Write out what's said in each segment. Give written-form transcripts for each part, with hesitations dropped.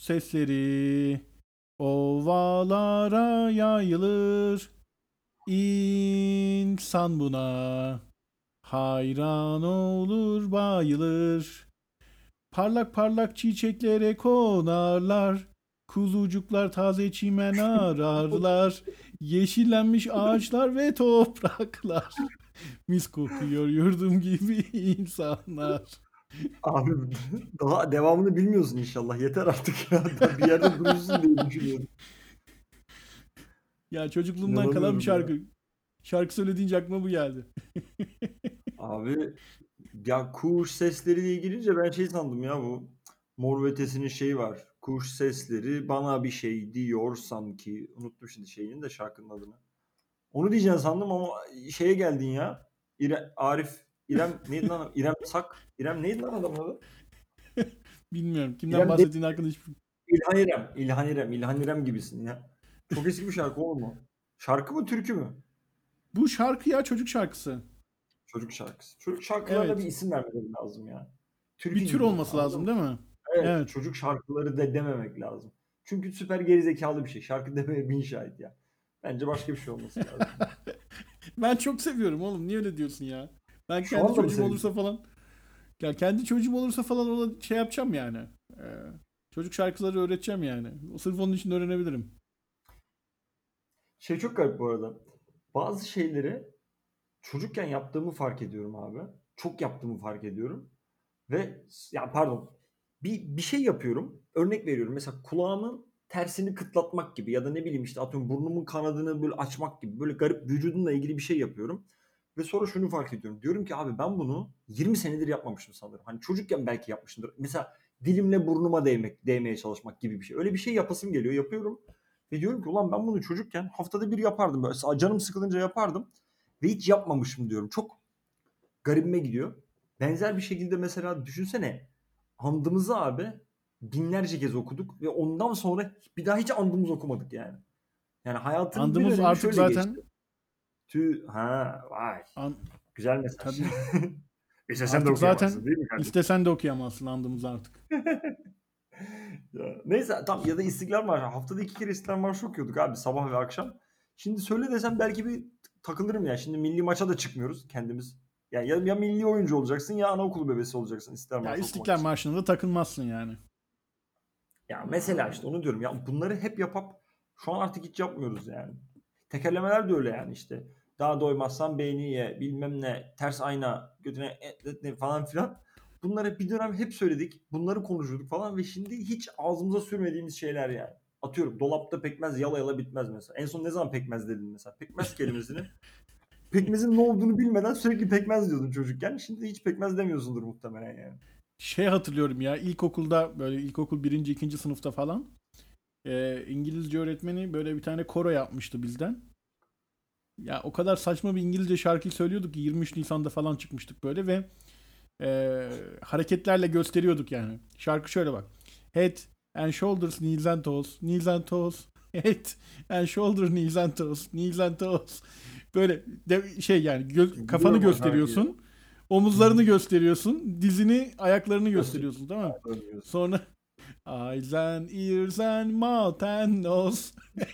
sesleri ovalara yayılır. İnsan buna hayran olur, bayılır. Parlak parlak çiçeklere konarlar. Kuzucuklar taze çimen ararlar. Yeşillenmiş ağaçlar ve topraklar. Mis kokuyor yurdum gibi insanlar. Abi daha devamını bilmiyorsun inşallah. Yeter artık ya. Bir yerde durursun diye düşünüyorum. Ya çocukluğumdan kalan bir İnanamıyorum ya. şarkı. Şarkı söylediğince aklıma bu geldi. Abi ya kuş sesleriyle ilgilince ben şey sandım ya bu Mor ve Ötesi'nin şeyi var. Kuş sesleri bana bir şey diyor sanki. Unuttum şimdi şeyini de şarkının adını. Onu diyeceğim sandım ama şeye geldin ya. Arif İrem neydi lan? İrem Sak. İrem neydi lan adamın adı? Bilmiyorum. Kimden İrem de bahsettiğini hakkında hiç... İlhan İrem. İlhan İrem. İlhan İrem gibisin ya. Çok eski bir şarkı oğlum o. Şarkı mı türkü mü? Bu şarkı ya, çocuk şarkısı. Çocuk şarkısı. Çocuk şarkılarına bir Evet. isim vermeleri lazım ya. Türkü Bir tür gibi o. olması Anladın lazım mı? değil mi? Evet. Evet. Çocuk şarkıları da dememek lazım. Çünkü süper gerizekalı bir şey. Şarkı demeye bin şahit ya. Bence başka bir şey olması lazım. Ben çok seviyorum oğlum. Niye öyle diyorsun ya? Ben Şu kendi anda mı çocuğum olursa seviyorsun? falan... Ya kendi çocuğum olursa falan ona şey yapacağım yani. Ee, Çocuk şarkıları öğreteceğim yani. Sırf onun için öğrenebilirim. Şey çok garip bu arada. Bazı şeyleri çocukken yaptığımı fark ediyorum abi. Çok yaptığımı fark ediyorum. Ve ya pardon bir şey yapıyorum. Örnek veriyorum. Mesela kulağımın tersini kıtlatmak gibi ya da ne bileyim işte atıyorum burnumun kanadını böyle açmak gibi böyle garip vücudumla ilgili bir şey yapıyorum. Ve sonra şunu fark ediyorum. Diyorum ki abi ben bunu 20 senedir yapmamışım sanırım. Hani çocukken belki yapmışımdır. Mesela dilimle burnuma değmeye çalışmak gibi bir şey. Öyle bir şey yapasım geliyor. Yapıyorum. Ve diyorum ki ulan ben bunu çocukken haftada bir yapardım. Böyle canım sıkılınca yapardım. Ve hiç yapmamışım diyorum. Çok garibime gidiyor. Benzer bir şekilde mesela düşünsene andımızı abi binlerce kez okuduk ve ondan sonra bir daha hiç andımız okumadık yani. Yani hayatının bir Andımız dönemi artık şöyle geçti. zaten... Vay. An, Güzel mesaj. tabii. İşte sen de Artık okuyamazsın zaten değil mi kardeşim? istesen de okuyamazsın andımızı artık. Ya, neyse tam ya da İstiklal Marşı. Haftada 2 kere İstiklal Marşı okuyorduk abi sabah ve akşam. Şimdi söyle desem belki bir takılırım ya. Şimdi milli maça da çıkmıyoruz kendimiz. Yani ya milli oyuncu olacaksın ya anaokulu bebesi olacaksın İstiklal Ya Marşı okumak İstiklal için. Marşı'na da takılmazsın yani. Ya mesela işte onu diyorum. Ya bunları hep şu an artık hiç yapmıyoruz yani. Tekerlemeler de öyle yani işte. Daha doymazsan beyni ye, bilmem ne, ters ayna, götüne falan filan. Bunları bir dönem hep söyledik. Bunları konuşurduk falan ve şimdi hiç ağzımıza sürmediğimiz şeyler yani. Atıyorum dolapta pekmez yala yala bitmez mesela. En son ne zaman pekmez dedin mesela? Pekmez kelimesini. Pekmezin ne olduğunu bilmeden sürekli pekmez diyordun çocukken. Şimdi hiç pekmez demiyorsundur muhtemelen yani. Şey hatırlıyorum ya, ilkokulda böyle ilkokul birinci ikinci sınıfta falan İngilizce öğretmeni böyle bir tane koro yapmıştı bizden. Ya o kadar saçma bir İngilizce şarkıyı söylüyorduk ki 23 Nisan'da falan çıkmıştık böyle ve hareketlerle gösteriyorduk yani. Şarkı şöyle bak. Head and shoulders, knees and toes, knees and toes. Head and shoulders, knees and toes, knees and toes. Böyle şey yani kafanı Biliyorum o şarkıyı. gösteriyorsun. Omuzlarını gösteriyorsun. Dizini, ayaklarını Göster. gösteriyorsun, tamam mı? Sonra eyes and ears and mouth and nose.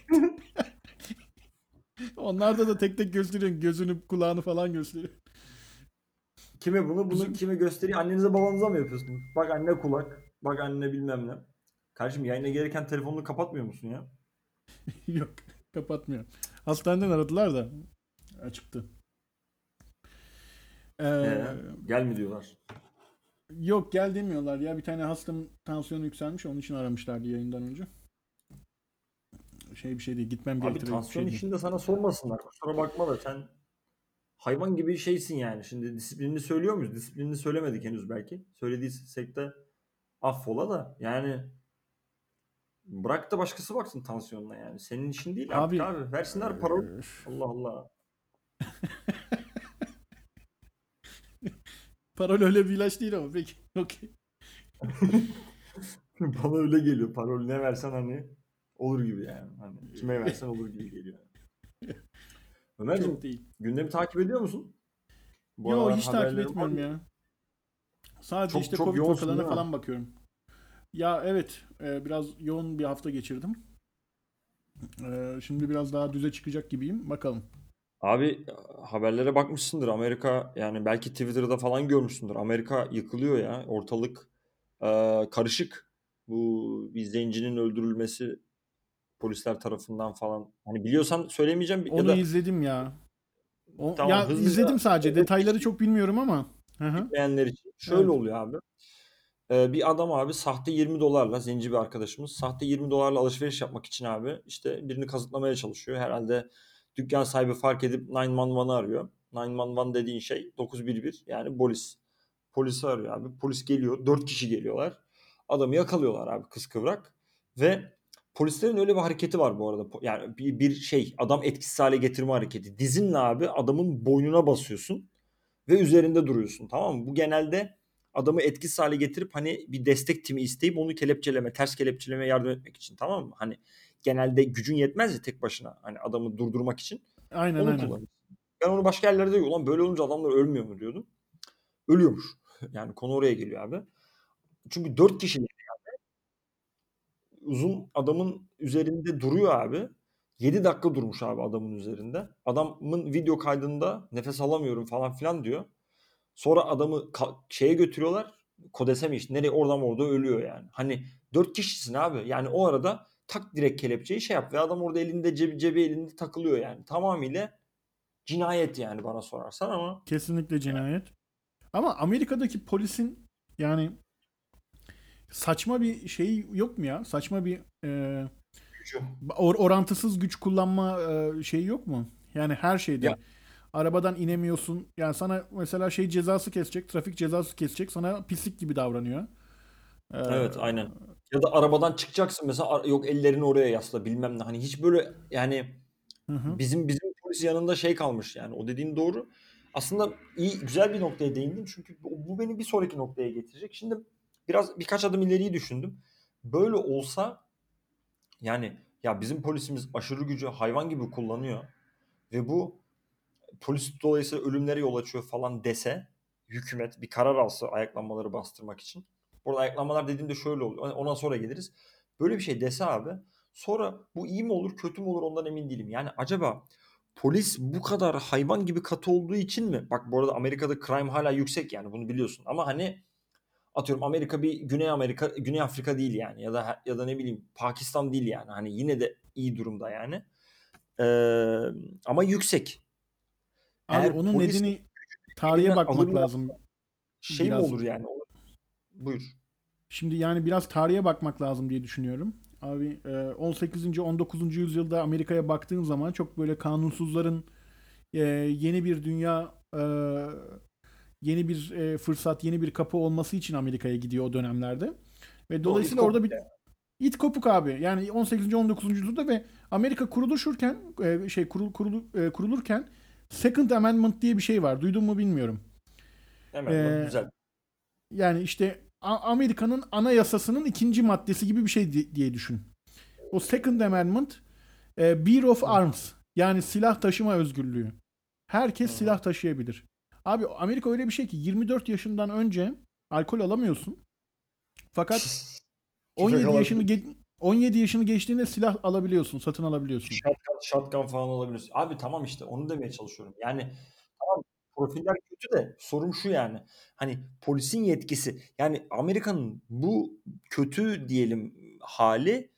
Onlarda da tek tek gösteriyorsun. Gözünü, kulağını falan gösteriyor. Kime bunu Bizim kime gösteriyor? Annenize babanıza mı yapıyorsunuz? Bak anne kulak. Bak anne bilmem ne. Kardeşim yayına gelirken telefonunu kapatmıyor musun ya? yok, kapatmıyor. Hastaneden aradılar da açıktı. Ee, Ee, gel mi diyorlar. Yok, gel demiyorlar ya. Bir tane hastam tansiyonu yükselmiş. Onun için aramışlardı yayından önce. Şey, bir şey değil. Gitmem Abi gerektirecek bir tansiyon şey değil. işini de sana sormasınlar. Kusura bakma da sen hayvan gibi şeysin yani. Şimdi disiplinini söylüyor muyuz? Disiplinini söylemedik henüz belki. Söylediysek de affola da. Yani bırak da başkası baksın tansiyonuna yani. Senin işin değil artık Abi abi. Versinler parol. Allah Allah. parol öyle bir ilaç değil ama peki. Okey. Bana öyle geliyor. Parol ne versen hani olur gibi yani. Hani kime versen olur gibi geliyor. Çok Ömerciğim değil. gündemi takip ediyor musun? Bu Yo, aralar hiç takip haberlerim var etmiyorum mı? ya. Sadece Çok işte çok Covid yoğunsun vakalarına değil mi? falan bakıyorum. Ya evet, biraz yoğun bir hafta geçirdim. Şimdi biraz daha düze çıkacak gibiyim. Bakalım. Abi haberlere bakmışsındır. Amerika yani belki Twitter'da falan görmüşsündür. Amerika yıkılıyor ya. Ortalık karışık. Bu bir zencinin öldürülmesi polisler tarafından falan. Hani biliyorsan söylemeyeceğim ya Onu da izledim ya. tamam, Ya hızlıca izledim sadece. özet Detayları geçeyim çok bilmiyorum ama. Hı hı. bilmeyenler için. Şöyle Evet. oluyor abi. Bir adam abi sahte 20 dolarla, zenci bir arkadaşımız sahte 20 dolarla alışveriş yapmak için abi işte birini kazıklamaya çalışıyor. Herhalde dükkan sahibi fark edip 911'ı arıyor. 911 dediğin şey 911, yani polis. Polisi arıyor abi. Polis geliyor. 4 kişi geliyorlar. Adamı yakalıyorlar abi kıskıvrak. Ve polislerin öyle bir hareketi var bu arada. Yani bir şey, adam etkisiz hale getirme hareketi. Dizinle abi adamın boynuna basıyorsun ve üzerinde duruyorsun, tamam mı? Bu genelde adamı etkisiz hale getirip hani bir destek timi isteyip onu kelepçeleme, ters kelepçelemeye yardım etmek için, tamam mı? Hani genelde gücün yetmez ya tek başına hani adamı durdurmak için. Aynen Onu aynen. kullanıyorum. Ben onu başka yerlerde de ulan böyle olunca adamlar ölmüyor mu diyordum. Ölüyormuş. Yani konu oraya geliyor abi. Çünkü 4 kişi uzun adamın üzerinde duruyor abi. 7 dakika durmuş abi adamın üzerinde. Adamın video kaydında nefes alamıyorum falan filan diyor. Sonra adamı şeye götürüyorlar. Kodese mi işte nereye, oradan orada ölüyor yani. Hani 4 kişisin abi. Yani o arada tak direkt kelepçeyi şey yap ve adam orada elinde cebi elinde takılıyor yani. Tamamıyla cinayet yani bana sorarsan ama Kesinlikle cinayet. Ama Amerika'daki polisin yani saçma bir şey yok mu ya? Saçma bir gücü. orantısız güç kullanma şeyi yok mu? Yani her Ya şeyde. Arabadan inemiyorsun. Yani sana mesela şey cezası kesecek, trafik cezası kesecek. Sana pislik gibi davranıyor. Ee, evet, aynen. Ya da arabadan çıkacaksın mesela, yok ellerini oraya yasla bilmem ne. Hani hiç böyle yani hı hı. bizim polis yanında şey kalmış yani, o dediğin doğru. Aslında iyi, güzel bir noktaya değindin çünkü bu beni bir sonraki noktaya getirecek. Şimdi birkaç adım ileriyi düşündüm. Böyle olsa yani, ya bizim polisimiz aşırı gücü hayvan gibi kullanıyor ve bu polis dolayısıyla ölümlere yol açıyor falan dese, hükümet bir karar alsa ayaklanmaları bastırmak için. Burada ayaklanmalar dediğimde şöyle oluyor. Ona sonra geliriz. Böyle bir şey dese abi, sonra bu iyi mi olur kötü mü olur ondan emin değilim. Yani acaba polis bu kadar hayvan gibi katı olduğu için mi? Bak bu arada Amerika'da crime hala yüksek yani, bunu biliyorsun. Ama hani atıyorum Amerika bir Güney Amerika, Güney Afrika değil yani, ya da ne bileyim Pakistan değil yani. Hani yine de iyi durumda yani. Ee, ama yüksek. Abi Eğer onun polis nedeni tarihe elinden bakmak alırlar, lazım şey mi biraz. olur yani? Buyur. Şimdi yani biraz tarihe bakmak lazım diye düşünüyorum. Abi 18. 19. yüzyılda Amerika'ya baktığın zaman çok böyle kanunsuzların yeni bir dünya, yeni bir fırsat, yeni bir kapı olması için Amerika'ya gidiyor o dönemlerde. Ve Doğru, it dolayısıyla orada kopuk bir yani. it kopuk abi. Yani 18. 19. yüzyılda ve Amerika kurulurken kurulurken Second Amendment diye bir şey var. Duydun mu bilmiyorum. Hemen E, güzel. Yani işte Amerika'nın anayasasının ikinci maddesi gibi bir şey diye düşün. O Second Amendment, Bill of Hı Arms, yani silah taşıma özgürlüğü. Herkes hı. silah taşıyabilir. Abi Amerika öyle bir şey ki 24 yaşından önce alkol alamıyorsun. Fakat Tüfek 17 yaşını alabilir. 17 yaşını geçtiğinde silah alabiliyorsun, satın alabiliyorsun. Shotgun falan alabilirsin. Abi tamam, işte onu demeye çalışıyorum. Yani tamam, profiller kötü de sorun şu yani. Hani polisin yetkisi. Yani Amerika'nın bu kötü diyelim hali,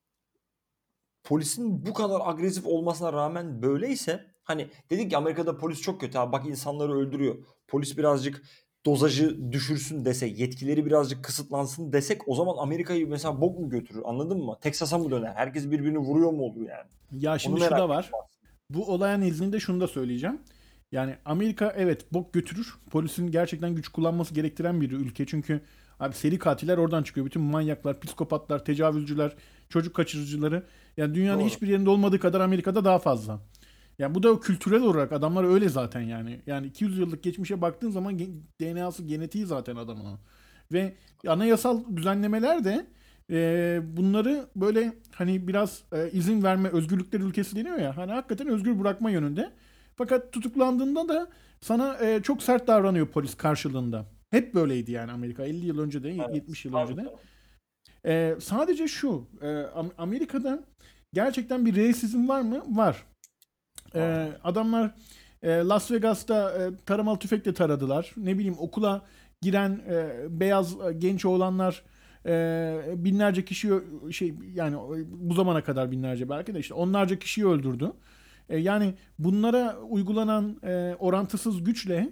polisin bu kadar agresif olmasına rağmen böyleyse, hani dedik ki Amerika'da polis çok kötü abi, bak insanları öldürüyor. Polis birazcık dozajı düşürsün desek, yetkileri birazcık kısıtlansın desek, o zaman Amerika'yı mesela bok mu götürür, anladın mı? Texas'a mı döner? Herkes birbirini vuruyor mu olur yani? Ya Onu şimdi şu merak da var. ettim aslında. Bu olaya nezdinde şunu da söyleyeceğim. Yani Amerika evet bok götürür. Polisin gerçekten güç kullanması gerektiren bir ülke. Çünkü abi seri katiller oradan çıkıyor. Bütün manyaklar, psikopatlar, tecavüzcüler, çocuk kaçırıcıları. Yani dünyanın Doğru. hiçbir yerinde olmadığı kadar Amerika'da daha fazla. Yani bu da kültürel olarak adamlar öyle zaten yani. Yani 200 yıllık geçmişe baktığın zaman DNA'sı, genetiği zaten adamın. Ve anayasal düzenlemeler de bunları böyle hani biraz izin verme, özgürlükler ülkesi deniyor ya. Hani hakikaten özgür bırakma yönünde. Fakat tutuklandığında da sana çok sert davranıyor polis karşılığında. Hep böyleydi yani Amerika. 50 yıl önce de, Evet. 70 yıl önce Tabii de. canım. Sadece şu, Amerika'da gerçekten bir racism var mı? Var. Var. Adamlar Las Vegas'ta taramalı tüfekle taradılar. Ne bileyim okula giren beyaz genç oğlanlar binlerce kişi şey yani bu zamana kadar binlerce belki de işte onlarca kişiyi öldürdü. Yani bunlara uygulanan orantısız güçle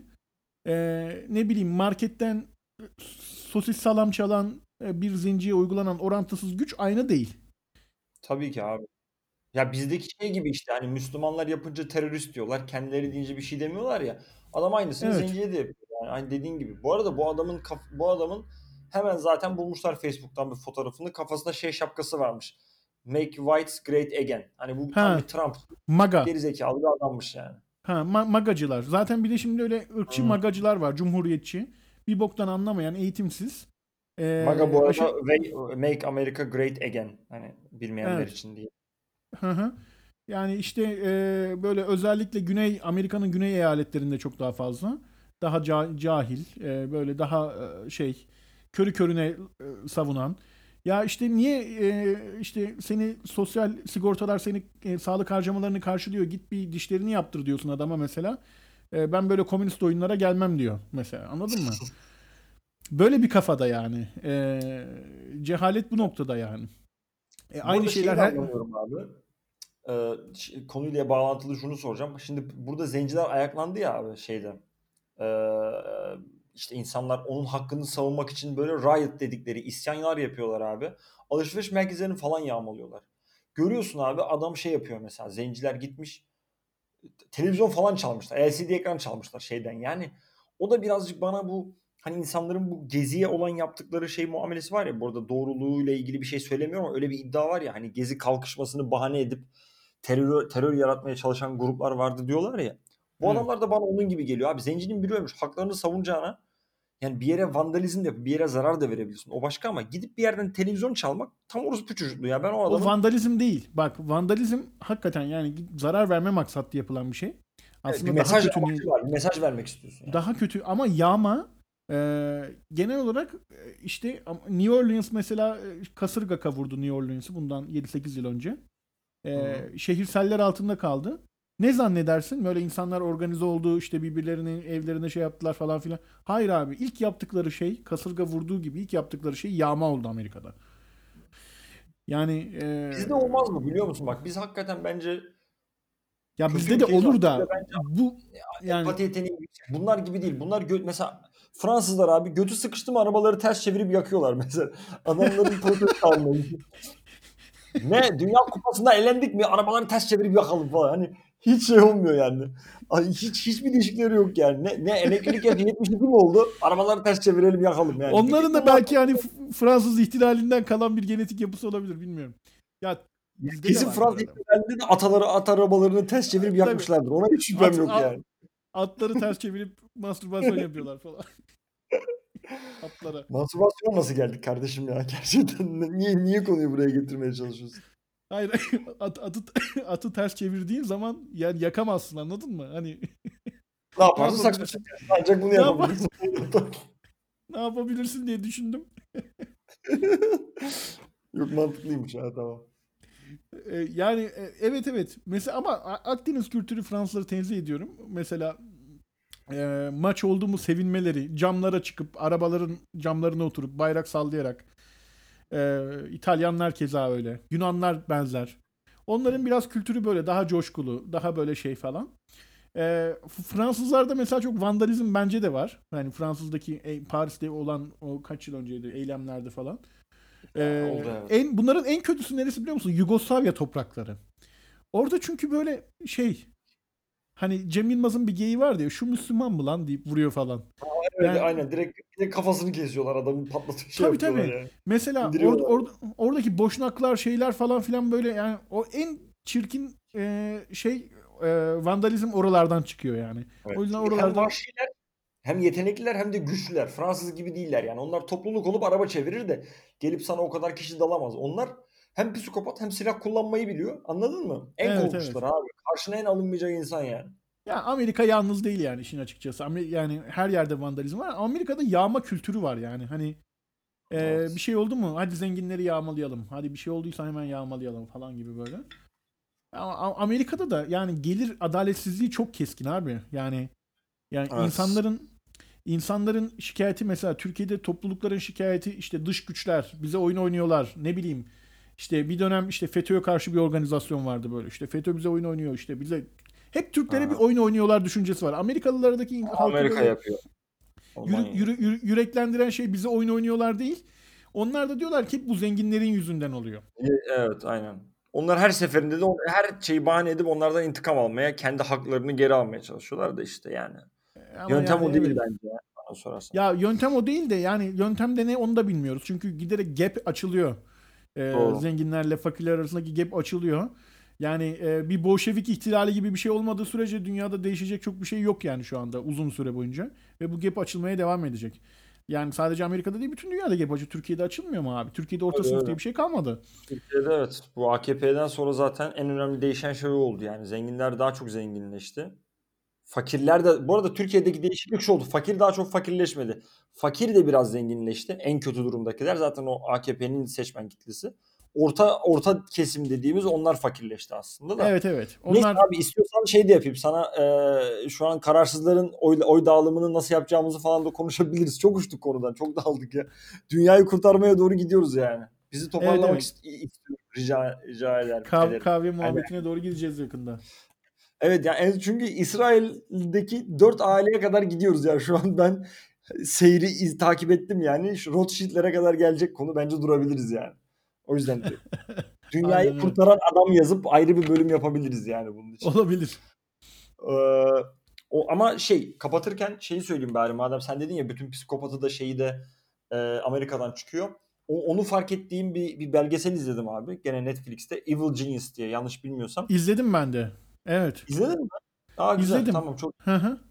ne bileyim marketten sosis salam çalan bir zincire uygulanan orantısız güç aynı değil. Tabii ki abi. Ya bizdeki şey gibi işte hani Müslümanlar yapınca terörist diyorlar. Kendileri deyince bir şey demiyorlar ya. Adam aynısını Evet. zenciye de yapıyor. Yani aynı dediğin gibi. Bu arada bu adamın hemen zaten bulmuşlar Facebook'tan bir fotoğrafını. Kafasında şey şapkası varmış. Make whites great again. Hani bu tam Ha, bir Trump MAGA. gerizekalı bir adammış yani. Ha, magacılar. Zaten bir de şimdi öyle ırkçı Hmm. magacılar var, cumhuriyetçi. Bir boktan anlamayan, eğitimsiz. MAGA bu Aşı, arada Make America Great Again. Hani bilmeyenler evet. için değil. Hı hı. Yani işte böyle özellikle Güney Amerika'nın güney eyaletlerinde çok daha fazla. Daha cahil, böyle daha şey körü körüne savunan. Ya işte niye işte seni sosyal sigortalar seni sağlık harcamalarını karşılıyor. Git bir dişlerini yaptır diyorsun adama mesela. Ben böyle komünist oyunlara gelmem diyor mesela. Anladın mı? Böyle bir kafada yani. Cehalet bu noktada yani. Aynı Burada şeyi şeyler de her... anlamıyorum abi. Konuyla bağlantılı şunu soracağım. Şimdi burada zenciler ayaklandı ya abi şeyde. Ee, işte insanlar onun hakkını savunmak için böyle riot dedikleri isyanlar yapıyorlar abi. Alışveriş merkezlerini falan yağmalıyorlar. Görüyorsun abi adam şey yapıyor mesela. Zenciler gitmiş televizyon falan çalmışlar. LCD ekran çalmışlar şeyden. Yani o da birazcık bana bu hani insanların bu geziye olan yaptıkları şey muamelesi var ya burada doğruluğuyla ilgili bir şey söylemiyorum ama öyle bir iddia var ya hani gezi kalkışmasını bahane edip terör yaratmaya çalışan gruplar vardı diyorlar ya. Bu Evet. adamlar da bana onun gibi geliyor. Abi zencinin biri ölmüş. Haklarını savunacağına yani bir yere vandalizm de yapıp bir yere zarar da verebilirsin. O başka ama gidip bir yerden televizyon çalmak tam orospu çocukluğu ya. Ben o O adamın vandalizm değil. Bak vandalizm hakikaten yani zarar verme maksatlı yapılan bir şey. evet, bir Aslında daha mesaj kötü amacı var. Bir mesaj vermek istiyorsun yani. daha kötü ama yağma genel olarak işte New Orleans mesela kasırga kavurdu New Orleans'ı bundan 7-8 yıl önce. Hı hı. Şehir seller altında kaldı. Ne zannedersin? Böyle insanlar organize oldu işte birbirlerinin evlerine şey yaptılar falan filan. Hayır abi ilk yaptıkları şey kasırga vurduğu gibi ilk yaptıkları şey yağma oldu Amerika'da. Yani Bizde olmaz mı biliyor musun? Bak biz hakikaten bence ya kötü bizde de ülkeyiz ama olur bizde da bence bu yani empati yeteneği yüksek. Bunlar gibi değil. Bunlar mesela Fransızlar abi götü sıkıştı mı arabaları ters çevirip yakıyorlar mesela. Adamların protesto anlayışı. Ne? Dünya Kupası'nda elendik mi? Arabaları ters çevirip yakalım falan. Hani hiç şey olmuyor yani. Ay, hiçbir değişikleri yok yani. Ne emeklilik yaşı 72 mi oldu? Arabaları ters çevirelim yakalım yani. Bir tek onların da bunlar belki hani Fransız ihtilalinden kalan bir genetik yapısı olabilir bilmiyorum. Ya bizde de kesin var bu Fransız arada. ihtilalinde de at arabalarını ters çevirip Tabii yakmışlardır. Ona hiç şüphem at, yok a- yani. atları ters çevirip mastürbasyon yapıyorlar falan atlara. Mastürbasyon nasıl geldik kardeşim ya? Gerçekten niye konuyu buraya getirmeye çalışıyorsun? Hayır atı ters çevirdiğin zaman yani yakamazsın anladın mı? Hani Ne ne yaparsın? Saksı yapabilirsin? çekersin. Ancak bunu Ne yap yapabilirsin. ne yapabilirsin diye düşündüm. Yok mantıklıymış ha tamam. Yani evet evet. Mesela ama Akdeniz kültürü Fransızları tenzih ediyorum. Mesela maç oldu mu sevinmeleri, camlara çıkıp arabaların camlarına oturup bayrak sallayarak. İtalyanlar keza öyle. Yunanlar benzer. Onların biraz kültürü böyle daha coşkulu, daha böyle şey falan. Fransızlarda mesela çok vandalizm bence de var. Yani Fransız'daki Paris'te olan o kaç yıl önceydi eylemlerde falan. Ya, oldu evet. Bunların en kötüsü neresi biliyor musun? Yugoslavya toprakları. Orada çünkü böyle şey hani Cem Yılmaz'ın bir geyiği var diyor. Şu Müslüman mı lan deyip vuruyor falan. Evet Yani aynen direkt kafasını kesiyorlar adamın patlatıyor şey tabii yapıyorlar tabii. yani. Mesela İndiriyorlar. oradaki boşnaklar şeyler falan filan böyle yani o en çirkin şey vandalizm oralardan çıkıyor yani. Evet. O yüzden Çünkü hem oralardan vahşiler hem yetenekliler hem de güçlüler. Fransız gibi değiller yani. Onlar topluluk olup araba çevirir de gelip sana o kadar kişi dalamaz. Onlar hem psikopat hem silah kullanmayı biliyor. Anladın mı? En evet evet. korkunçları abi. Karşına en alınmayacak insan yani. Ya Amerika yalnız değil yani işin açıkçası. Yani her yerde vandalizm var. Amerika'da yağma kültürü var yani. Hani Bir Evet. şey oldu mu? Hadi zenginleri yağmalayalım. Hadi bir şey olduysa hemen yağmalayalım falan gibi böyle. Ama Amerika'da da yani gelir adaletsizliği çok keskin abi. Yani Evet. insanların şikayeti, mesela Türkiye'de toplulukların şikayeti işte dış güçler bize oyun oynuyorlar. Ne bileyim, işte bir dönem işte FETÖ'ye karşı bir organizasyon vardı böyle. İşte FETÖ bize oyun oynuyor, işte bize hep Türklere bir Aha. oyun oynuyorlar düşüncesi var. Amerikalılardaki halkı Amerika böyle yapıyor. Almanya yapıyor. yüreklendiren şey bize oyun oynuyorlar değil. Onlar da diyorlar ki bu zenginlerin yüzünden oluyor. Evet, aynen. Onlar her seferinde de her şeyi bahane edip onlardan intikam almaya, kendi haklarını geri almaya çalışıyorlar da işte yani. Ama Yöntem yani o değil evet. bence ya, bana sorarsan. Ya yöntem o değil de yani yöntem de ne onu da bilmiyoruz. Çünkü giderek gap açılıyor. Doğru. Zenginlerle fakirler arasındaki gap açılıyor. Yani bir Bolşevik ihtilali gibi bir şey olmadığı sürece dünyada değişecek çok bir şey yok yani şu anda uzun süre boyunca. Ve bu gap açılmaya devam edecek. Yani sadece Amerika'da değil, bütün dünyada gap açıyor. Türkiye'de açılmıyor mu abi? Türkiye'de orta Öyle sınıf öyle. diye bir şey kalmadı. Türkiye'de evet. Bu AKP'den sonra zaten en önemli değişen şey o oldu yani. Zenginler daha çok zenginleşti. Fakirler de, bu arada Türkiye'deki değişiklik şu oldu. Fakir daha çok fakirleşmedi. Fakir de biraz zenginleşti. En kötü durumdakiler zaten o AKP'nin seçmen kitlesi. Orta kesim dediğimiz onlar fakirleşti aslında da. Evet, evet. Neyse Onlar abi, istiyorsan şey de yapayım sana, şu an kararsızların oy dağılımını nasıl yapacağımızı falan da konuşabiliriz. Çok uçtuk konudan, çok daldık ya. Dünyayı kurtarmaya doğru gidiyoruz yani. Bizi evet, toparlamak evet. istiyorum, rica ederim. Kahve Yani muhabbetine doğru gideceğiz yakında. evet yani, çünkü İsrail'deki 4 aileye kadar gidiyoruz yani. Şu an ben seyri takip ettim yani. Şu Rothschild'lere kadar gelecek konu, bence durabiliriz yani. O yüzden dünyayı Aynen öyle. kurtaran adam yazıp ayrı bir bölüm yapabiliriz yani bunun için. Olabilir. Ee, ama kapatırken şeyi söyleyeyim bari, madem sen dedin ya bütün psikopatı da şeyi de Amerika'dan çıkıyor. Onu fark ettiğim bir belgesel izledim abi. Gene Netflix'te, Evil Genius diye, yanlış bilmiyorsam. İzledim ben de. Evet. İzledin mi? Aa, güzel, İzledim. tamam, çok. Hı hı.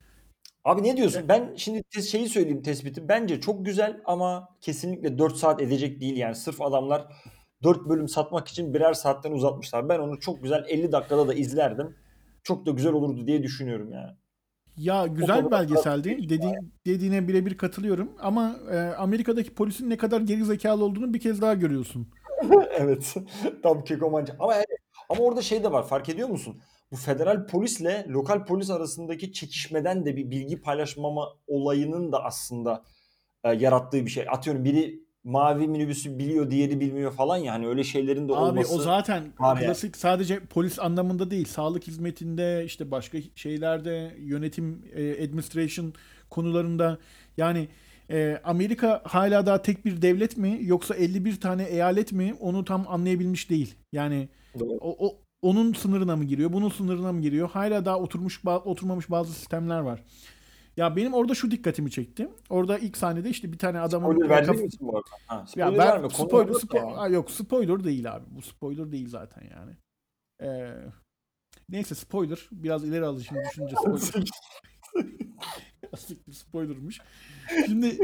Abi ne E, diyorsun? Ben şimdi şeyi söyleyeyim, tespiti. Bence çok güzel ama kesinlikle 4 saat edecek değil yani. Sırf adamlar 4 bölüm satmak için birer saatten uzatmışlar. Ben onu çok güzel 50 dakikada da izlerdim. Çok da güzel olurdu diye düşünüyorum yani. Ya O güzel bir konuda belgeseldi. Dediğine birebir katılıyorum. Ama Amerika'daki polisin ne kadar geri zekalı olduğunu bir kez daha görüyorsun. evet. Tam kekomancı. Ama orada şey de var. Fark ediyor musun? Bu federal polisle lokal polis arasındaki çekişmeden de bir bilgi paylaşmama olayının da aslında yarattığı bir şey. Atıyorum, biri mavi minibüsü biliyor, diğeri bilmiyor falan ya. Hani öyle şeylerin de Abi o olması zaten var yani. klasik, sadece polis anlamında değil. Sağlık hizmetinde, işte başka şeylerde, yönetim, administration konularında. Yani Amerika hala daha tek bir devlet mi yoksa 51 tane eyalet mi, onu tam anlayabilmiş değil. Yani Doğru. onun sınırına mı giriyor, bunun sınırına mı giriyor? Hala daha oturmamış bazı sistemler var. Ya benim orada şu dikkatimi çekti. Orada ilk sahnede işte bir tane adamın Spoiler verdiğim için bu arada. Ha, ya spoiler ver verme. Konu orada yani. yok, spoiler değil abi. Bu spoiler değil zaten yani. Ee, neyse, spoiler. Biraz ileri alın şimdi düşününce spoiler. Aslında spoilermış. Şimdi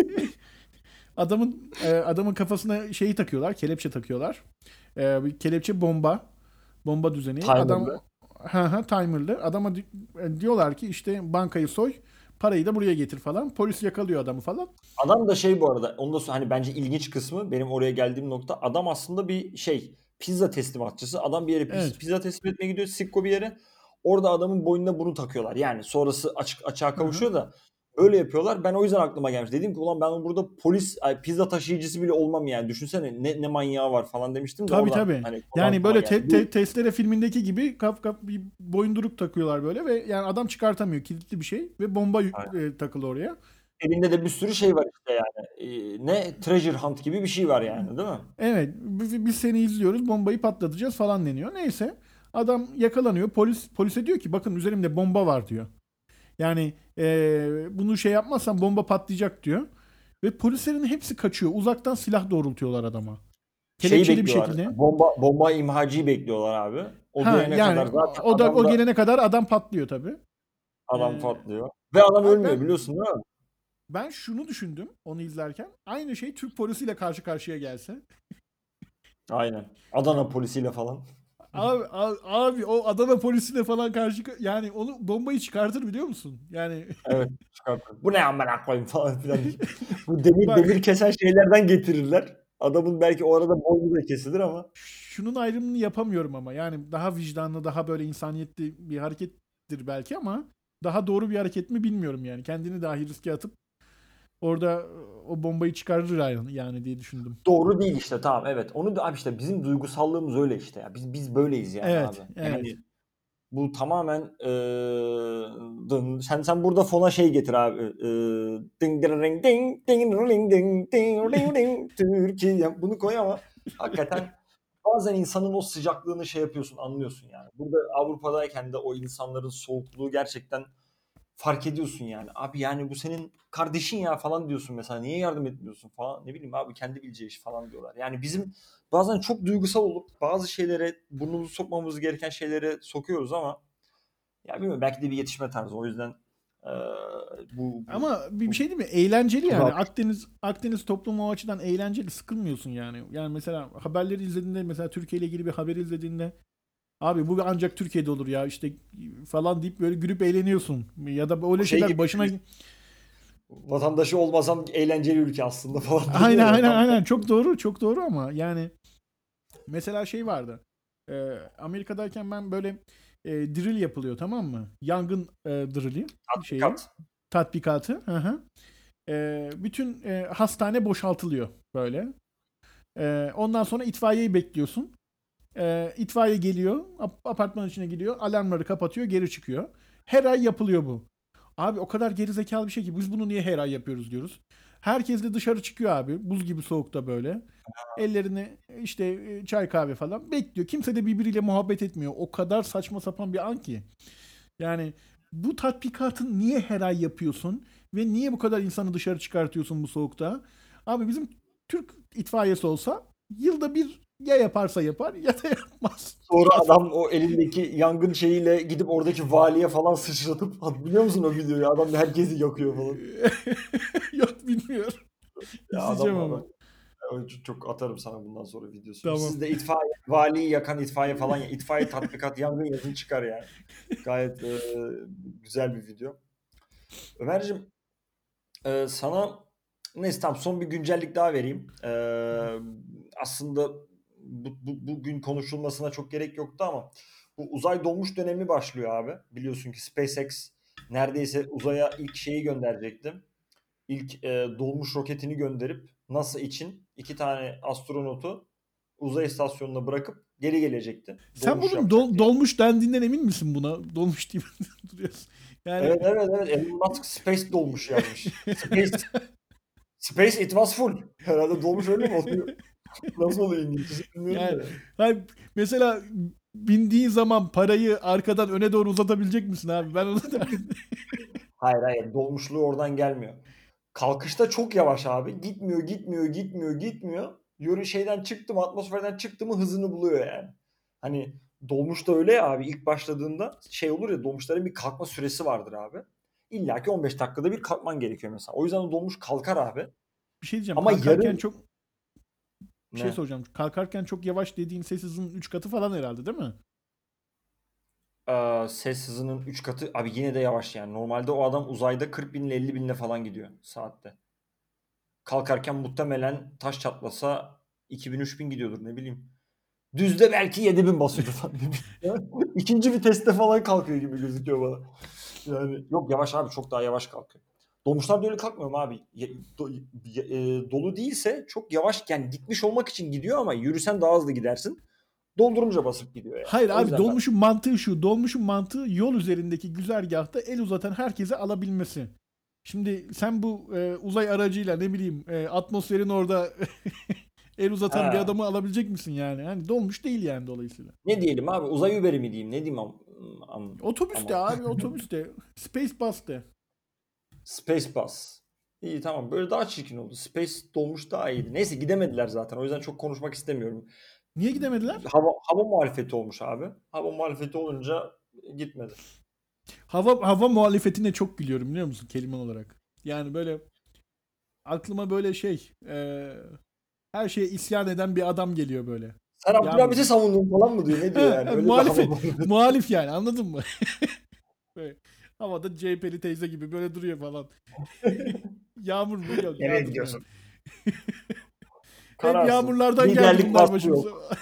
adamın kafasına şeyi takıyorlar. Kelepçe takıyorlar. Bir kelepçe bomba. Bomba düzeni. Timer'lı. Timer'lı. Adama diyorlar ki işte bankayı soy. Parayı da buraya getir falan. Polis yakalıyor adamı falan. Adam da bu arada, onu da hani bence ilginç kısmı, benim oraya geldiğim nokta, adam aslında bir pizza teslimatçısı. Adam bir yere Evet. pizza teslim etmeye gidiyor, sikko bir yere. Orada adamın boynuna bunu takıyorlar. Yani sonrası açığa Hı hı. kavuşuyor da böyle yapıyorlar. Ben o yüzden aklıma gelmiş. Dedim ki ulan, ben burada pizza taşıyıcısı bile olmam yani. Düşünsene ne manyağı var falan demiştim de Tabii, oradan tabii. hani konu Yani aklıma böyle geldi. Bu testere filmindeki gibi kap bir boyunduruk takıyorlar böyle ve yani adam çıkartamıyor. Kilitli bir şey ve bomba takılı oraya. elinde de bir sürü şey var işte yani. Ne treasure hunt gibi bir şey var yani, değil mi? Evet, biz seni izliyoruz, bombayı patlatacağız falan deniyor. Neyse, adam yakalanıyor. Polise diyor ki bakın üzerimde bomba var diyor. Yani bunu şey yapmazsan bomba patlayacak diyor. Ve polislerin hepsi kaçıyor. Uzaktan silah doğrultuyorlar adama. Şeyi Kelepçeli bir bekliyorlar. şekilde. Bomba imhacıyı bekliyorlar abi. O Ha gelene yani kadar zaten o adam da gelene kadar adam patlıyor tabii. E, patlıyor. Ve adam abi ölmüyor, biliyorsun değil mi? ben şunu düşündüm onu izlerken. Aynı şey Türk polisiyle karşı karşıya gelse. Aynen. Adana polisiyle falan. Abi o Adana polisine falan karşı yani onu bombayı çıkartır biliyor musun? Yani Evet, çıkartın. Bu ne amına koyayım falan filan deyip. Bu demir bak demir kesen şeylerden getirirler. Adamın belki o arada boynu da kesilir ama şunun ayrımını yapamıyorum ama yani daha vicdanlı daha böyle insaniyetli bir harekettir belki ama daha doğru bir hareket mi bilmiyorum yani. Kendini dahi riske atıp orada o bombayı çıkarır yani diye düşündüm. doğru değil işte, tamam, evet. Onu da abi, işte bizim duygusallığımız öyle işte ya. Biz böyleyiz yani abi. Evet, evet. Yani bu tamamen sen burada fona şey getir abi. Ding ding ding ding ding ding ding ding ding ding Türkiye. Yani bunu koy ama hakikaten bazen insanın o sıcaklığını şey yapıyorsun, anlıyorsun yani. Burada Avrupa'dayken de o insanların soğukluğu gerçekten fark ediyorsun yani. Abi yani bu senin kardeşin ya falan diyorsun mesela. Niye yardım etmiyorsun falan. Ne bileyim abi, kendi bileceği iş falan diyorlar. Yani bizim bazen çok duygusal olup bazı şeylere, burnumuzu sokmamız gereken şeylere sokuyoruz ama ya bilmiyorum, belki de bir yetişme tarzı. O yüzden eee, bu, bu, Ama bir bu şey değil mi? Eğlenceli tuzağa yani. Akdeniz toplumu o açıdan eğlenceli. Sıkılmıyorsun yani. Yani mesela haberleri izlediğinde mesela Türkiye ile ilgili bir haberi izlediğinde abi bu ancak Türkiye'de olur ya işte falan deyip böyle gülüp eğleniyorsun. Ya da o öyle şey şeyler gibi, başına vatandaşı olmasam eğlenceli ülke aslında falan aynen deniyor ya, aynen tam. aynen çok doğru çok doğru ama yani mesela şey vardı. Amerika'dayken ben böyle drill yapılıyor tamam mı? Yangın drill'i şeyi Tatbikat. tatbikatı. Hı hı. Bütün hastane boşaltılıyor böyle. Ondan sonra itfaiyeyi bekliyorsun. İtfaiye geliyor, apartmanın içine giriyor, alarmları kapatıyor, geri çıkıyor. Her ay yapılıyor bu. Abi o kadar gerizekalı bir şey ki biz bunu niye her ay yapıyoruz diyoruz. Herkes de dışarı çıkıyor abi, buz gibi soğukta böyle. Ellerini işte çay kahve falan bekliyor. Kimse de birbiriyle muhabbet etmiyor. O kadar saçma sapan bir an ki. Yani bu tatbikatı niye her ay yapıyorsun ve niye bu kadar insanı dışarı çıkartıyorsun bu soğukta? Abi bizim Türk itfaiyesi olsa yılda bir ya yaparsa yapar ya da yapmaz. Sonra adam o elindeki yangın şeyiyle gidip oradaki valiye falan sıçratıp, biliyor musun o videoyu? Adam herkesi yakıyor falan. Yok bilmiyorum. Ya İzleyeceğim adam ama. çok atarım sana bundan sonra videosunu. Tamam. Siz de itfaiye, valiyi yakan itfaiye falan ya. İtfaiye tatbikat yangın yazın çıkar yani. Gayet güzel bir video. Ömerciğim, sana neyse, tamam, son bir güncellik daha vereyim. Aslında bugün konuşulmasına çok gerek yoktu ama bu uzay dolmuş dönemi başlıyor abi. Biliyorsun ki SpaceX neredeyse uzaya ilk şeyi gönderecekti. İlk dolmuş roketini gönderip NASA için 2 tane astronotu uzay istasyonuna bırakıp geri gelecekti. Sen Dolmuş bunun yapacaktı yani. dolmuş dendiğinden emin misin buna? Dolmuş diye duruyorsun. Yani Evet, evet, evet. Elon Musk Space dolmuş yazmış. Space it was full. Herhalde dolmuş öyle mi oluyor? Nasıl oluyor İngilizcesi bilmiyorum yani da yani. hayır, mesela bindiği zaman parayı arkadan öne doğru uzatabilecek misin abi? Ben onu da Hayır, hayır, dolmuşluğu oradan gelmiyor. Kalkışta çok yavaş abi. Gitmiyor, gitmiyor, gitmiyor, gitmiyor. Yürü şeyden çıktı mı, atmosferden çıktı mı hızını buluyor yani. Hani dolmuş da öyle ya abi. İlk başladığında şey olur ya, dolmuşların bir kalkma süresi vardır abi. İlla ki 15 dakikada bir kalkman gerekiyor mesela. O yüzden o dolmuş kalkar abi. bir şey diyeceğim. Ama Kalkarken yarın çok bir şey ne? soracağım. Kalkarken çok yavaş dediğin ses hızının 3 katı falan herhalde değil mi? Ses hızının 3 katı. Abi yine de yavaş yani. Normalde o adam uzayda 40 bin ile 50 binle falan gidiyor saatte. Kalkarken muhtemelen taş çatlasa 2000-3000 gidiyordur, ne bileyim. Düzde belki 7000 basıyordur falan. İkinci viteste falan kalkıyor gibi gözüküyor bana. Yani yok, yavaş abi, çok daha yavaş kalkıyor. Dolmuşlar da öyle kalkmıyor mu abi? Dolu değilse çok yavaş, yani gitmiş olmak için gidiyor ama yürüsen daha hızlı gidersin. Doldurunca basıp gidiyor yani. Hayır O abi yüzden ben dolmuşun mantığı şu. Dolmuşun mantığı yol üzerindeki güzergahta el uzatan herkese alabilmesi. Şimdi sen bu uzay aracıyla ne bileyim atmosferin orada el uzatan bir ha, adamı alabilecek misin yani? Yani dolmuş değil yani dolayısıyla. ne diyelim abi, uzay Uber'i mi diyeyim, ne diyeyim Otobüste ama abi otobüste. Space bus'te. Space Bus. İyi, tamam, böyle daha çirkin oldu. Space dolmuş daha iyiydi. Neyse, gidemediler zaten. O yüzden çok konuşmak istemiyorum. Niye gidemediler? Hava muhalefeti olmuş abi. Hava muhalefeti olunca gitmedi. Hava muhalefetine çok gülüyorum biliyor musun kelime olarak. Yani böyle aklıma böyle şey her şeye isyan eden bir adam geliyor böyle. Sen Yağmur. Abdülhamit'i savundun falan mı diyor? Ne diyor yani? Öyle bir hava var. Muhalif yani, anladın mı? Böyle, havada CHP'li teyze gibi böyle duruyor falan. Yağmur mu? Yok, Nereye yağdırmıyor. gidiyorsun? Hep Kararsız. yağmurlardan geldi Liderlik bunlar vasfı başımıza. yok.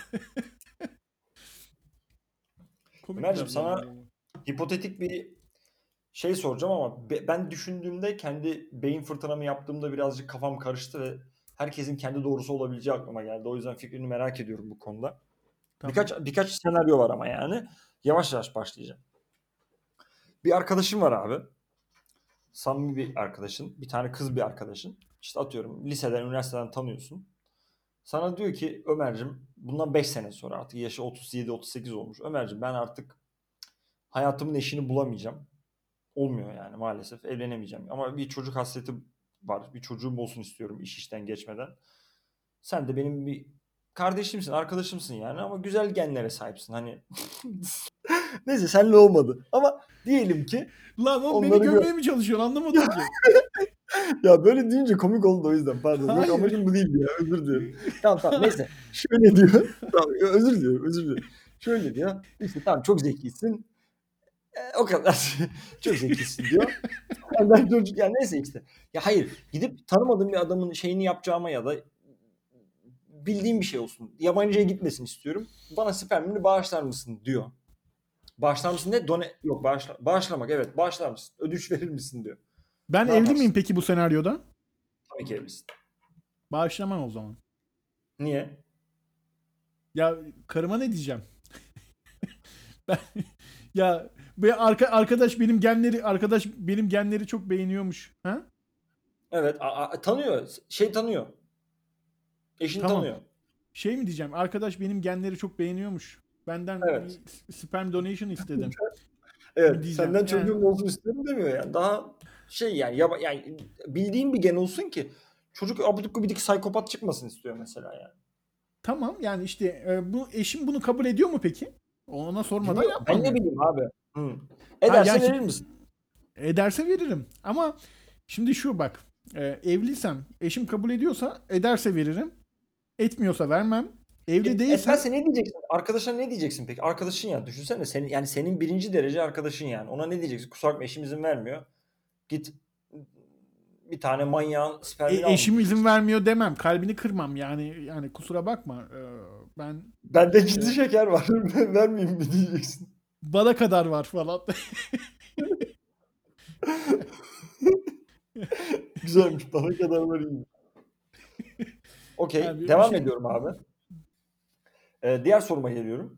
Ömerciğim Komikler ya. sana hipotetik bir şey soracağım ama ben düşündüğümde kendi beyin fırtınamı yaptığımda birazcık kafam karıştı ve herkesin kendi doğrusu olabileceği aklıma geldi. O yüzden fikrini merak ediyorum bu konuda. Tamam. Birkaç senaryo var ama yani. Yavaş yavaş başlayacağım. Bir arkadaşım var abi. Samimi bir arkadaşın. Bir tane kız bir arkadaşın. İşte atıyorum liseden, üniversiteden tanıyorsun. Sana diyor ki Ömer'cim bundan 5 sene sonra artık yaşı 37-38 olmuş. Ömer'cim ben artık hayatımın eşini bulamayacağım. Olmuyor yani maalesef. Evlenemeyeceğim. Ama bir çocuk hasreti var. Bir çocuğum olsun istiyorum iş işten geçmeden. Sen de benim bir kardeşimsin, arkadaşımsın yani ama güzel genlere sahipsin. Hani neyse seninle olmadı. Ama diyelim ki Lan oğlum, beni onları gömmeye mi çalışıyorsun? Anlamadım ki. Ya böyle deyince komik oldu o yüzden pardon. Yok Hayır. amacım bu değildi ya özür dilerim. Tamam neyse. Şöyle diyor. Tamam, özür diliyorum. Şöyle diyor. İşte tamam çok zekisin. O kadar. Çok zekisin diyor. Ben çocuk yani neyse işte. Ya hayır gidip tanımadığım bir adamın şeyini yapacağıma ya da bildiğim bir şey olsun. Yabancıya gitmesin istiyorum. Bana spermini bağışlar mısın diyor. Bağışlar mısın ne? Yok bağışlamak evet bağışlar mısın? Ödünç verir misin diyor. Ben Ne evli miyim yaparsın? peki bu senaryoda? Tabii ki evlisin. Bağışlamam o zaman. Niye? Ya karıma ne diyeceğim? Ben, ya arkadaş benim genleri çok beğeniyormuş. Ha? Evet tanıyor. Tanıyor. Eşini Tamam. tanıyor. Şey mi diyeceğim? Arkadaş benim genleri çok beğeniyormuş. Benden bir Evet. sperm donation istedim. Mi Evet. diyeceğim? Senden çocuğum olsun istiyorum demiyor yani. Daha şey yani, yani bildiğim bir gen olsun ki çocuk abidik gubidik psikopat çıkmasın istiyor mesela yani. Tamam yani işte bu eşim bunu kabul ediyor mu peki? Ona sormadan Bilmiyorum. Ben yapmam ne yani. bileyim abi. Hı. Ha Ederse yani verir misin? ederse veririm. Ama şimdi şu bak. Evliysem eşim kabul ediyorsa ederse veririm. Etmiyorsa vermem. Evli değilsem Etmezse ne diyeceksin? Arkadaşına ne diyeceksin peki? Arkadaşın ya. Düşünsene senin birinci derece arkadaşın yani. Ona ne diyeceksin? Kusura bakma eşim izin vermiyor. Git bir tane manyağın spermini al mı eşim izin diyeceksin? vermiyor demem. Kalbini kırmam. Yani kusura bakma. Ben Bende gizli e, şeker var. Vermeyeyim mi diyeceksin. bana kadar var falan. Güzelmiş. Bana kadar var iyi. Okey. Yani bir Devam şey ediyorum abi. Diğer soruma geliyorum.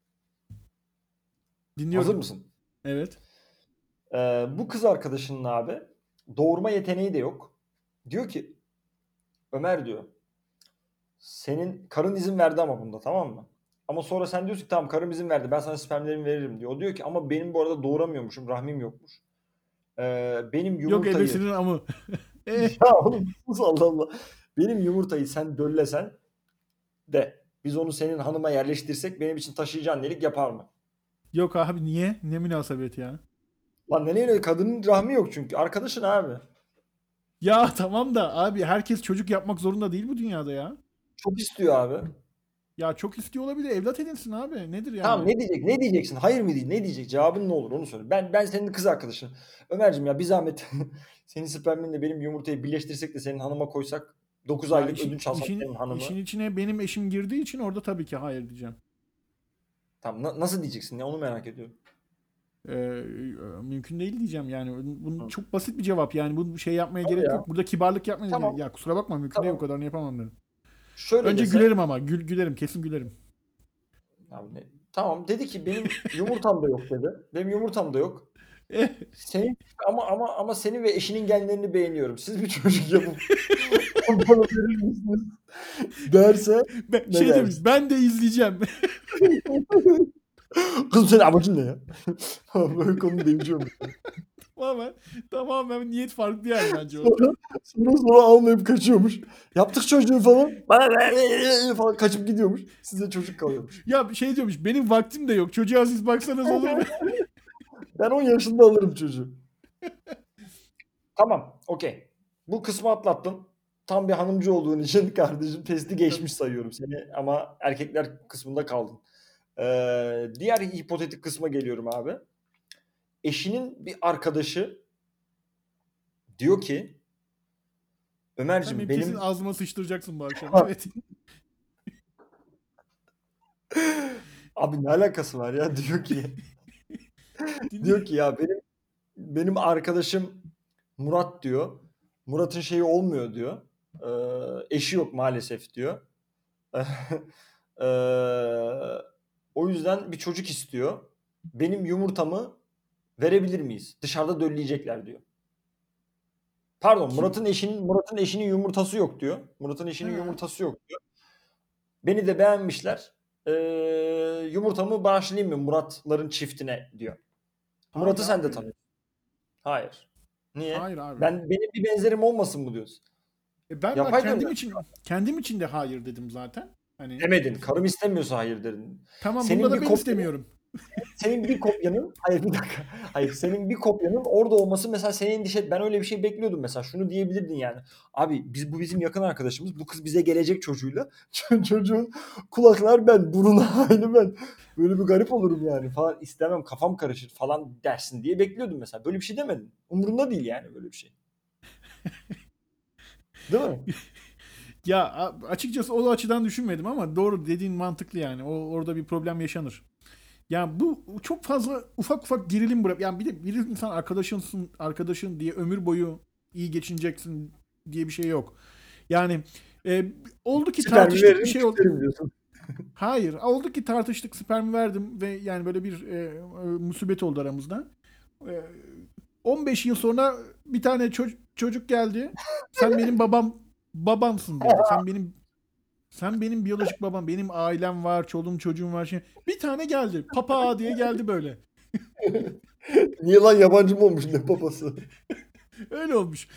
Hazır dinliyorum. mısın? Evet. Bu kız arkadaşının abi doğurma yeteneği de yok. Diyor ki Ömer diyor senin karın izin verdi ama bunda tamam mı? Ama sonra sen diyorsun ki tamam karım izin verdi ben sana spermlerimi veririm diyor. O diyor ki ama benim bu arada doğuramıyormuşum rahmim yokmuş. Benim Yok yumurtayı ebesinin amı. ya oğlum sus Allah Allah. Benim yumurtayı sen döllesen de biz onu senin hanıma yerleştirsek benim için taşıyıcı annelik yapar mı? Yok abi, niye? Ne münasebet ya? Lan ne kadının rahmi yok çünkü. Arkadaşın abi. Ya tamam da abi, herkes çocuk yapmak zorunda değil bu dünyada ya. Çok istiyor abi. Ya çok istiyor olabilir. Evlat edinsin abi. Nedir Tamam yani? ne diyecek? Ne diyeceksin? Hayır mı değil? Ne diyecek? Cevabın ne olur? Onu söyle. Ben senin kız arkadaşın. Ömerciğim ya bir zahmet senin sperminle benim yumurtayı birleştirsek de senin hanıma koysak 9 Ya aylık ödünç alsak senin işin hanımı. içine benim eşim girdiği için orada tabii ki hayır diyeceğim. Tamam nasıl diyeceksin? Ya onu merak ediyorum. Ee, Mümkün değil diyeceğim yani. Bunun Hı. çok basit bir cevap yani. Bu şey yapmaya Hadi gerek ya. yok. Burada kibarlık yapmaya gerek. Tamam. Ya kusura bakma, mümkün değil, o Tamam. kadarını yapamam dedim. Şöyle Önce dese gülerim ama. Gülerim, kesin gülerim. abi tamam dedi ki benim yumurtam da yok dedi. Benim yumurtam da yok. Eh, Senin ama seni ve eşinin genlerini beğeniyorum. Siz bir çocuk yapıp bana verir misiniz? Derse ne şey demiş, dersin? ben de izleyeceğim. Kızım senin amacın ne ya? Böyle konu değişiyormuş. tamamen niyet farklı yani bence orada. Sonra almayıp kaçıyormuş. Yaptık çocuğu falan. Bana ver falan kaçıp gidiyormuş. Size çocuk kalıyormuş. Ya şey diyormuş, benim vaktim de yok. Çocuğa siz baksanız olur mu? Ben 10 yaşında alırım çocuğu. Tamam, okey. Bu kısmı atlattın. tam bir hanımcı olduğun için kardeşim testi geçmiş sayıyorum seni ama erkekler kısmında kaldın. Diğer hipotetik kısma geliyorum abi. Eşinin bir arkadaşı diyor ki Sen Ömerciğim benim kesin benim ağzıma sıçtıracaksın bu akşam. Evet. abi ne alakası var ya diyor ki Dinle. ya benim arkadaşım Murat diyor. Murat'ın şeyi olmuyor diyor. Eşi yok maalesef diyor. Eee, O yüzden bir çocuk istiyor. Benim yumurtamı verebilir miyiz? Dışarıda dölleyecekler diyor. Pardon, Kim? Murat'ın eşinin yumurtası yok diyor. Murat'ın eşinin Ha. yumurtası yok diyor. Beni de beğenmişler. Yumurtamı bağışlayayım mı Murat'ların çiftine diyor. Hayır Murat'ı sen de abi. tanıyorsun. Hayır. Niye? Hayır abi. Benim bir benzerim olmasın mı diyorsun? Ben bak Yapay kendim için de hayır dedim zaten. Hani demedin. Karım istemiyorsa hayır dedin. tamam, bunda Senin da bir ben kopyanın istemiyorum. senin bir kopyanın hayır bir dakika. Hayır senin bir kopyanın orada olması mesela seni endişe ben öyle bir şey bekliyordum mesela. Şunu diyebilirdin yani. Abi bu bizim yakın arkadaşımız. Bu kız bize gelecek çocuğuyla. Çocuğun kulaklar ben, burun aynı ben. Böyle bir garip olurum yani falan istemem kafam karışır falan dersin diye bekliyordum mesela. Böyle bir şey demedin. Umurunda değil yani böyle bir şey. Değil mi? Ya açıkçası o açıdan düşünmedim ama doğru, dediğin mantıklı yani. Orada bir problem yaşanır. Yani bu çok fazla ufak ufak gerilim bırak. Yani bir insan arkadaşın diye ömür boyu iyi geçineceksin diye bir şey yok. Yani oldu ki Spermi tartıştık, bir veririm şey oldu. küflerim diyorsun. Hayır, oldu ki tartıştık, sperm verdim ve yani böyle bir musibet oldu aramızda. E, 15 yıl sonra bir tane çocuk geldi. Sen benim babamsın dedi. Sen benim biyolojik babam, benim ailem var, çoluğum çocuğum var. Şey. Bir tane geldi. Papa diye geldi böyle. Niye lan yabancı mı olmuş ne babası? Öyle olmuş.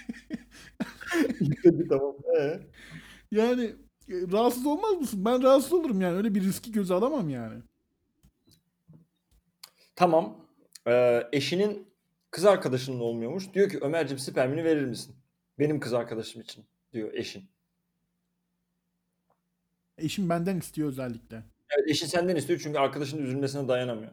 Peki tamam. Yani rahatsız olmaz mısın? Ben rahatsız olurum yani. Öyle bir riski göze alamam yani. Tamam. Eşinin kız arkadaşının olmuyormuş. Diyor ki Ömerciğim spermini verir misin? Benim kız arkadaşım için diyor eşin. Eşim benden istiyor özellikle. Evet eşin senden istiyor çünkü arkadaşının üzülmesine dayanamıyor.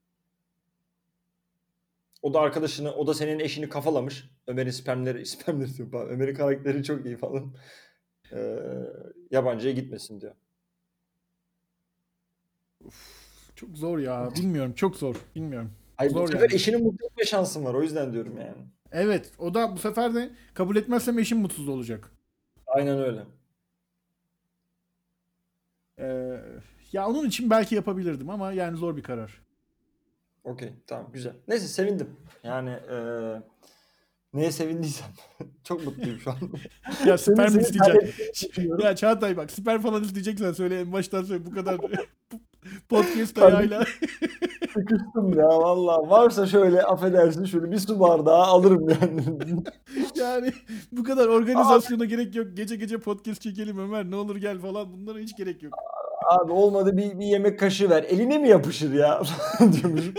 O da senin eşini kafalamış. Ömer'in spermleri diyor. Ömer'in karakteri çok iyi falan. Ee, Yabancıya gitmesin diyor. Çok zor ya. Bilmiyorum. Çok zor. Bilmiyorum. Hayır bu Zor sefer yani. eşini mutlu etme şansın var. O yüzden diyorum yani. Evet. O da bu sefer de kabul etmezsem eşim mutsuz olacak. Aynen öyle. Ee, Ya onun için belki yapabilirdim ama yani zor bir karar. Okey tamam güzel. Neyse sevindim. Yani neye sevindiysem. Çok mutluyum şu an. Ya Senin sperm mi seni isteyeceksin? kaybettiğini düşünüyorum. Ya Çağatay bak, sperm falan isteyeceksen söyle, en baştan söyle, bu kadar podcast ayağıyla. Kardeşim sıkıştım ya valla. Varsa şöyle affedersin şöyle bir su bardağı alırım yani. Yani bu kadar Abi, organizasyona gerek yok. Gece gece podcast çekelim Ömer, ne olur gel falan, bunlara hiç gerek yok. abi olmadı bir yemek kaşığı ver. Eline mi yapışır ya? diyormuşum.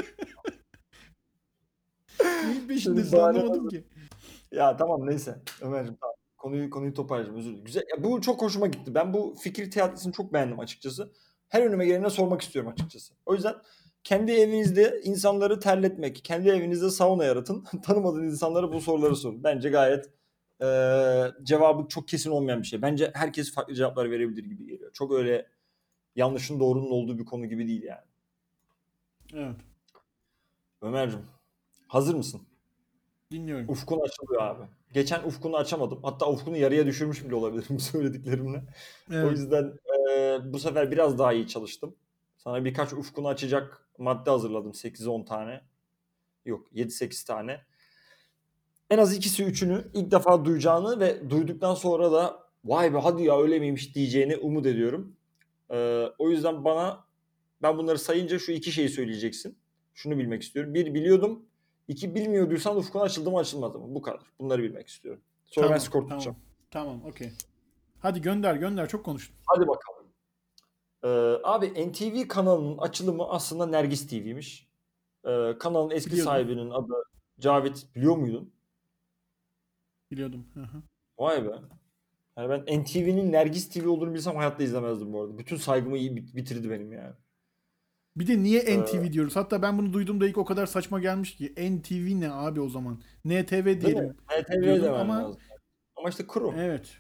Neyin Senin peşindesin, bahanen anlamadım hazır. ki. Ya tamam neyse. Ömerciğim tamam. Konuyu toparlayacağım özür dilerim. Güzel. Ya, bu çok hoşuma gitti. Ben bu fikir teatisini çok beğendim açıkçası. Her önüme gelene sormak istiyorum açıkçası. O yüzden kendi evinizde insanları terletmek, kendi evinizde sauna yaratın. Tanımadığınız insanlara bu soruları sorun. Bence gayet cevabı çok kesin olmayan bir şey. Bence herkes farklı cevaplar verebilir gibi geliyor. Çok öyle yanlışın doğrunun olduğu bir konu gibi değil yani. Evet, Ömerciğim hazır mısın? dinliyorum. Ufkun açılıyor abi. Geçen ufkunu açamadım. Hatta ufkunu yarıya düşürmüş bile olabilirim bu söylediklerimle. O Evet. yüzden bu sefer biraz daha iyi çalıştım. Sana birkaç ufkunu açacak madde hazırladım. 8-10 tane. Yok 7-8 tane. En az ikisi üçünü ilk defa duyacağını ve duyduktan sonra da vay be hadi ya öyle miymiş diyeceğini umut ediyorum. O yüzden ben bunları sayınca şu iki şeyi söyleyeceksin. Şunu bilmek istiyorum. Bir biliyordum. İki bilmiyorduysan ufkun açıldı mı açılmadı mı? Bu kadar. Bunları bilmek istiyorum. Sonra ben Tamam, skor tamam. tutacağım. Tamam, okey. Hadi gönder, çok konuştum. Hadi bakalım. Ee, Abi NTV kanalının açılımı aslında Nergis TV'ymiş. Kanalın eski Biliyordum. sahibinin adı Cavit biliyor muydun? Biliyordum. Hı hı. Vay be. Yani ben NTV'nin Nergis TV olduğunu bilsem hayatta izlemezdim bu arada. Bütün saygımı iyi bitirdi benim yani. Bir de niye Ee, NTV diyoruz? Hatta ben bunu duyduğumda ilk o kadar saçma gelmiş ki. NTV ne abi o zaman? NTV Değil mi? diyelim NTV diyordum demen ama lazım. Ama işte kuru. evet.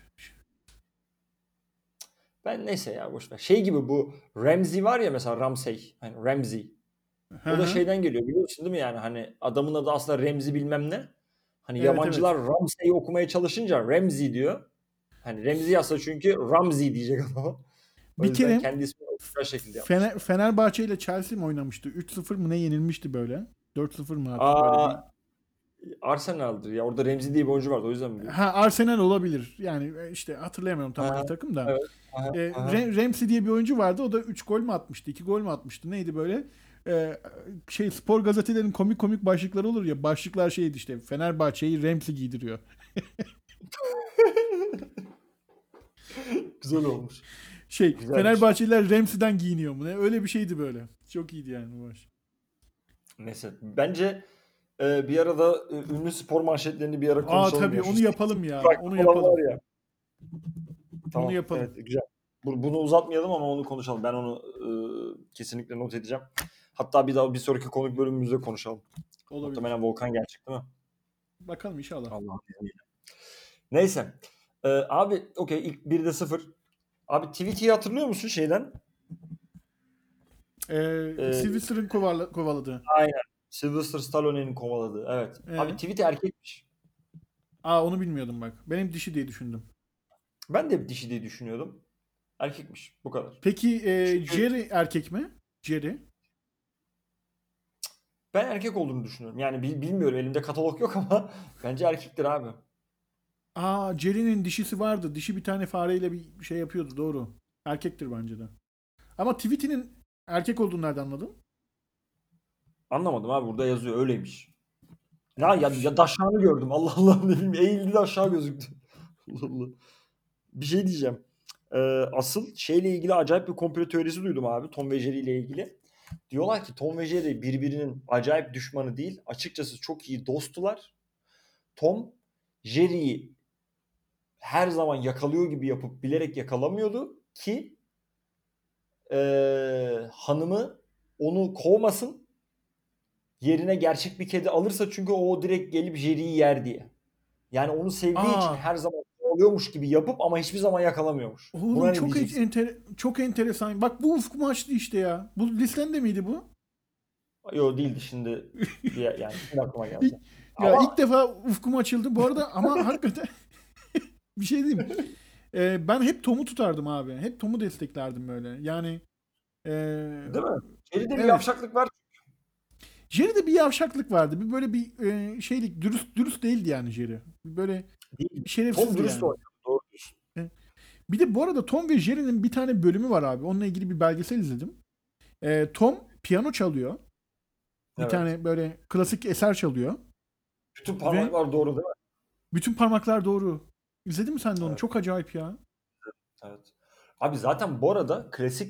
Ben neyse ya boş ver. Şey gibi bu Ramsey var ya mesela Ramsey. Hani Ramsey. Hı O da hı. şeyden geliyor biliyorsun değil mi yani hani adamın adı aslında Remzi bilmem ne. Hani Evet evet. yabancılar Ramsey'i okumaya çalışınca Remzi diyor. Hani Remzi yazsa çünkü Ramzi diyecek adama. O Bir yüzden kere kendi ismini o şekilde yapmışlar. Fenerbahçe ile Chelsea mi oynamıştı? 3-0 mı ne yenilmişti böyle? 4-0 mı artık böyle Aa bir. Arsenal'dır ya. Orada Remzi diye bir oyuncu vardı o yüzden mi diyorsun? Ha, Arsenal olabilir. Yani işte hatırlayamıyorum tam hangi Aha, takım da. evet. Aha, aha. Ramsey diye bir oyuncu vardı. O da 3 gol mü atmıştı? 2 gol mü atmıştı? Neydi böyle? Spor gazetelerin komik komik başlıkları olur ya. Başlıklar şeydi işte. Fenerbahçe'yi Ramsey giydiriyor. Güzel olmuş. Güzelmiş. Fenerbahçeliler Ramsey'den giyiniyor mu ne? Öyle bir şeydi böyle. Çok iyiydi yani bu maç. Neyse. Bence bir arada ünlü spor manşetlerini bir ara Aa konuşalım tabii ya. Şu onu yapalım ya. farklı Onu falan yapalım. var ya. Onu Tamam. yapalım. Evet güzel. Bunu uzatmayalım ama onu konuşalım. Ben onu kesinlikle not edeceğim. Hatta bir sonraki konuk bölümümüzde konuşalım. Olabilir. Muhtemelen Volkan gelecek değil mi? Bakalım inşallah. Allah'ın izniyle. Neyse. Abi okey ilk 1'de 0. Abi Tweety'yi hatırlıyor musun şeyden? Ee, Sylvester'ın kovaladı. aynen. Sylvester Stallone'nin kovaladığı. Evet. Abi Tweety erkekmiş. Onu bilmiyordum bak. Benim dişi diye düşündüm. Ben de dişi diye düşünüyordum. Erkekmiş. Bu kadar. Peki Çünkü Jerry erkek mi? Jerry. ben erkek olduğunu düşünüyorum. Yani bilmiyorum elimde katalog yok ama bence erkektir abi. Jerry'nin dişisi vardı. Dişi bir tane fareyle bir şey yapıyordu. Doğru. Erkektir bence de. Ama Tweety'nin erkek olduğunu nereden anladın? Anlamadım abi burada yazıyor öyleymiş. Ya daşağını gördüm. Allah Allah ne bileyim eğildi de aşağı gözüktü. Allah Allah. Bir şey diyeceğim. Ee, asıl şeyle ilgili acayip bir komplo teorisi duydum abi Tom ve Jerry ile ilgili. Diyorlar ki Tom ve Jerry birbirinin acayip düşmanı değil. Açıkçası çok iyi dosttular. Tom Jerry'yi her zaman yakalıyor gibi yapıp bilerek yakalamıyordu ki hanımı onu kovmasın. Yerine gerçek bir kedi alırsa çünkü o direkt gelip Jerry'yi yer diye. Yani onu sevdiği için Aa, her zaman oluyormuş gibi yapıp ama hiçbir zaman yakalamıyormuş. oğlum Buna ne çok diyeceksin? çok enteresan. Bak bu ufkumu açtı işte ya. Bu listende miydi bu? Yok değildi şimdi yani şimdi aklıma geldi. İlk, ya ilk Ama defa ufkum açıldı. Bu arada ama hakikaten bir şey diyeyim. Ben hep Tom'u tutardım abi. Hep Tom'u desteklerdim böyle. Yani e, değil mi? Jerry'de bir evet. yavşaklık var. Jerry'de bir yavşaklık vardı. Bir böyle bir şeylik dürüst değildi yani Jerry. Böyle Değil. Tom şerefsizdi dürüst yani. oynuyor. Doğru diyorsun. E, Bir de bu arada Tom ve Jerry'nin bir tane bölümü var abi. Onunla ilgili bir belgesel izledim. Tom piyano çalıyor. Bir Evet. tane böyle klasik eser çalıyor. Bütün Ve parmaklar doğru değil mi? bütün parmaklar doğru. İzledin mi sen de onu? Evet. Çok acayip ya. Evet. Abi zaten bu arada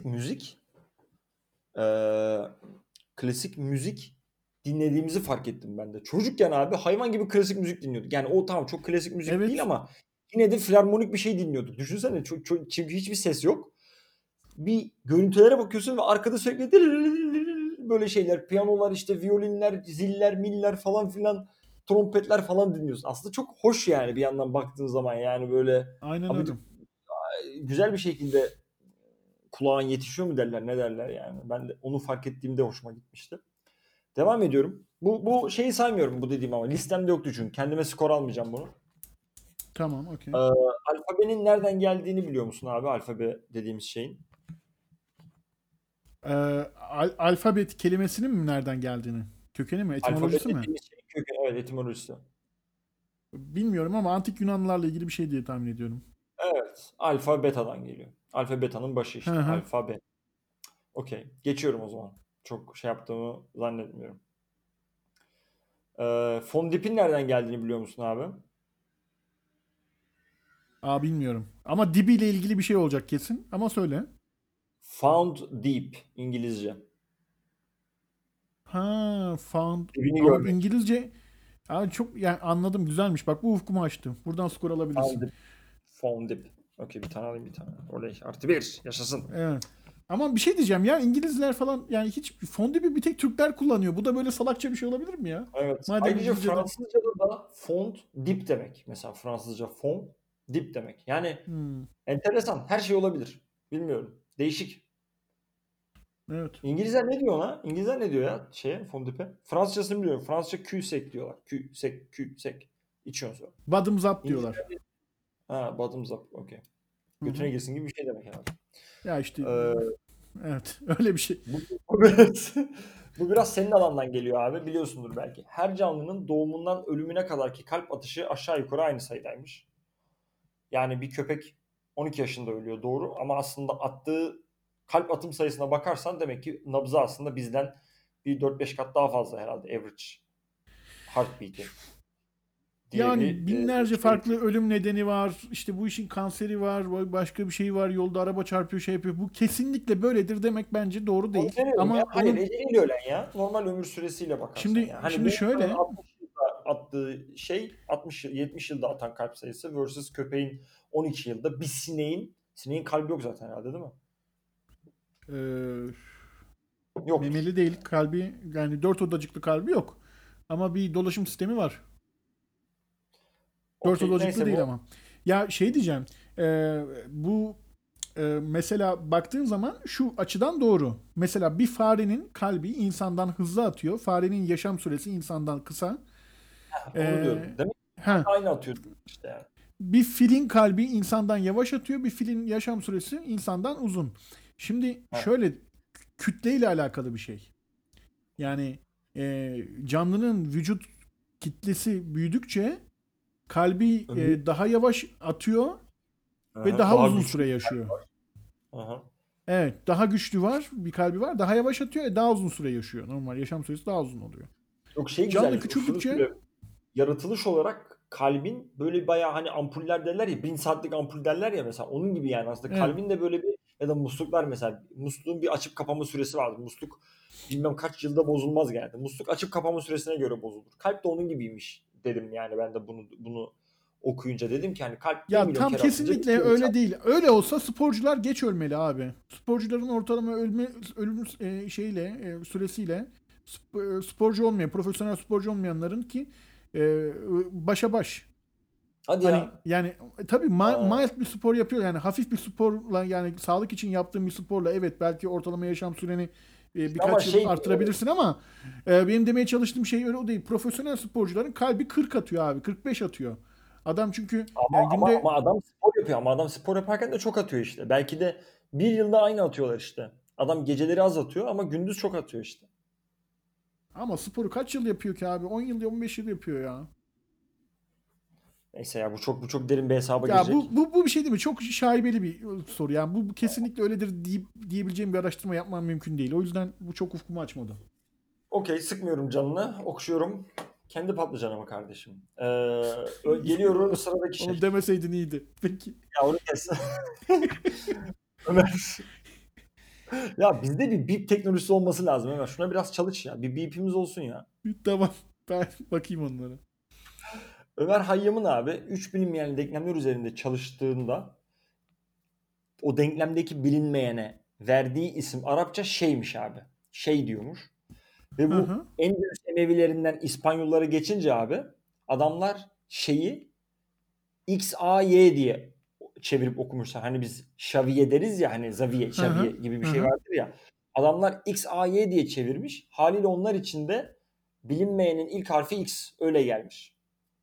eee, klasik müzik dinlediğimizi fark ettim ben de. Çocukken abi hayvan gibi klasik müzik dinliyorduk. Yani o tamam çok klasik müzik değil Evet. ama yine de filarmonik bir şey dinliyorduk. Düşünsene çünkü hiçbir ses yok. Bir görüntülere bakıyorsun ve arkada sürekli böyle şeyler, piyanolar işte violinler, ziller, miller falan filan trompetler falan dinliyorsun. Aslında çok hoş yani bir yandan baktığın zaman yani böyle Aynen abi öyle. güzel bir şekilde kulağın yetişiyor mu derler ne derler yani. Ben de onu fark ettiğimde hoşuma gitmişti. Devam ediyorum. Bu şeyi saymıyorum bu dediğim ama listemde yoktu çünkü. Kendime skor almayacağım bunu. Tamam, Ee, okey. alfabenin nereden geldiğini biliyor musun abi? Alfabe dediğimiz şeyin. Alfabet kelimesinin mi nereden geldiğini? Kökeni mi? Alfabe Etimolojisi mi? dediğimiz şeyin kökeni evet etimolojisi. Bilmiyorum ama antik Yunanlılarla ilgili bir şey diye tahmin ediyorum. Evet. Alfa beta'dan geliyor. Alfa beta'nın başı Hı işte. hı. Alfabe. Okey. Geçiyorum o zaman. Çok şey yaptığımı zannetmiyorum. Fondip'in nereden geldiğini biliyor musun abi? Bilmiyorum. Ama dibiyle ilgili bir şey olacak kesin. Ama söyle. Found deep İngilizce. Found. Dibini Ama görmek. İngilizce çok yani anladım güzelmiş. Bak bu ufkumu açtı. Buradan skor Found alabilirsin. deep. Found deep. Okey, bir tane alayım bir tane. Oley. +1. Yaşasın. Evet. Ama bir şey diyeceğim ya, İngilizler falan yani hiç fondöpü bir tek Türkler kullanıyor. Bu da böyle salakça bir şey olabilir mi ya? Evet. Madem Ayrıca İngilizce'de. Fransızca'da da font dip demek. Mesela Fransızca font dip demek. Yani Hmm, enteresan. Her şey olabilir. Bilmiyorum. Değişik. evet. İngilizler ne diyor ona? İngilizler ne diyor ya font dip'e? Fransızcasını biliyorum. Fransızca cul-sec diyorlar. Cul-sec, cul-sec. İçiyorsun sonra. Bottoms up diyorlar. İngilizler ha, bottoms up. Okey. Hı Götüne hı. girsin gibi bir şey demek herhalde. Ya işte Ee, evet öyle bir şey. bu biraz, bu biraz senin alandan geliyor abi. Biliyorsundur belki. Her canlının doğumundan ölümüne kadarki kalp atışı aşağı yukarı aynı sayıdaymış. Yani bir köpek 12 yaşında ölüyor doğru ama aslında attığı kalp atım sayısına bakarsan demek ki nabzı aslında bizden bir 4-5 kat daha fazla herhalde average heartbeat'i diye Yani bir binlerce şey. farklı ölüm nedeni var. İşte bu işin kanseri var, başka bir şey var. Yolda araba çarpıyor, şey yapıyor. Bu kesinlikle böyledir demek bence doğru Onu değil. demiyorum ya. Ama Hayır, onun eceliyle ölen ya. Normal ömür süresiyle bakarsan şimdi ya. Hani şimdi bir insanın şöyle 60 yılda attığı şey 60 70 yılda atan kalp sayısı versus köpeğin 12 yılda bir sineğin kalbi yok zaten herhalde değil mi? e, Yoktur. memeli değil, kalbi yani dört odacıklı kalbi yok. Ama bir dolaşım sistemi var. Dört Okey. odacıklı Neyse değil bu. ama. Ya şey diyeceğim. Bu mesela baktığın zaman şu açıdan doğru. Mesela bir farenin kalbi insandan hızlı atıyor. Farenin yaşam süresi insandan kısa. Onu E, diyorum. Demek ki ha, aynı atıyor işte yani. bir filin kalbi insandan yavaş atıyor. Bir filin yaşam süresi insandan uzun. Şimdi Heh. şöyle kütleyle alakalı bir şey. Yani canlının vücut kitlesi büyüdükçe kalbi Ömür. daha yavaş atıyor ve Aha, daha daha uzun güçlü. süre yaşıyor. Aha. Evet, daha güçlü var, bir kalbi var, daha yavaş atıyor, daha uzun süre yaşıyor. Normal yaşam süresi daha uzun oluyor. Yok şey Canlı güzel. Şunu küçüldükçe söyle. Yaratılış olarak kalbin böyle bayağı hani ampuller derler ya 1000 saatlik ampul derler ya mesela onun gibi yani aslında evet, kalbin de böyle bir ya da musluklar mesela musluğun bir açıp kapama süresi vardır. Musluk bilmem kaç yılda bozulmaz genelde. Musluk açıp kapama süresine göre bozulur. Kalp de onun gibiymiş dedim yani ben de bunu okuyunca dedim ki hani kalp bir ya milyon tam kere atınca bir kesinlikle milyon öyle çarpı. değil. Öyle olsa sporcular geç ölmeli abi. Sporcuların ortalama ölüm süresiyle sporcu olmayan, profesyonel sporcu olmayanların ki başa baş. Hadi Hani ya. yani tabii Aa, mild bir spor yapıyor yani hafif bir sporla yani sağlık için yaptığın bir sporla evet belki ortalama yaşam süreni ama birkaç yıl şey arttırabilirsin ama benim demeye çalıştığım şey öyle o değil. Profesyonel sporcuların kalbi 40 atıyor abi, 45 atıyor. Adam çünkü ama, yani ama, günde ama adam spor yapıyor ama adam spor yaparken de çok atıyor işte. Belki de bir yılda aynı atıyorlar işte. Adam geceleri az atıyor ama gündüz çok atıyor işte. ama sporu kaç yıl yapıyor ki abi? 10 yıl 15 yıl yapıyor ya. Neyse ya bu çok derin bir hesaba Ya girecek. bu bir şey değil mi? Çok şaibeli bir soru. Yani bu kesinlikle öyledir diyebileceğim bir araştırma yapmam mümkün değil. O yüzden bu çok ufkumu açmadı. Okey sıkmıyorum canını. Okşuyorum. Kendi patlıcanımı kardeşim. Geliyor sıradaki Onu şey. demeseydin iyiydi. Peki. Ya onu kes. Ömer. Ya bizde bir bip teknolojisi olması lazım Ömer. Şuna biraz çalış ya. Bir bipimiz olsun ya. Tamam. Ben bakayım onlara. Ömer Hayyam'ın abi 3 bilinmeyen denklemler üzerinde çalıştığında o denklemdeki bilinmeyene verdiği isim Arapça şeymiş abi. Şey diyormuş. Ve Hı bu hı. Endülüs Emevilerinden İspanyollara geçince abi adamlar şeyi X, A, Y diye çevirip okumuşlar. Hani biz Xavier deriz ya hani Xavier, Hı Xavier hı. gibi bir Hı şey hı. vardır ya. Adamlar X, A, Y diye çevirmiş. Haliyle onlar için de bilinmeyenin ilk harfi X öyle gelmiş.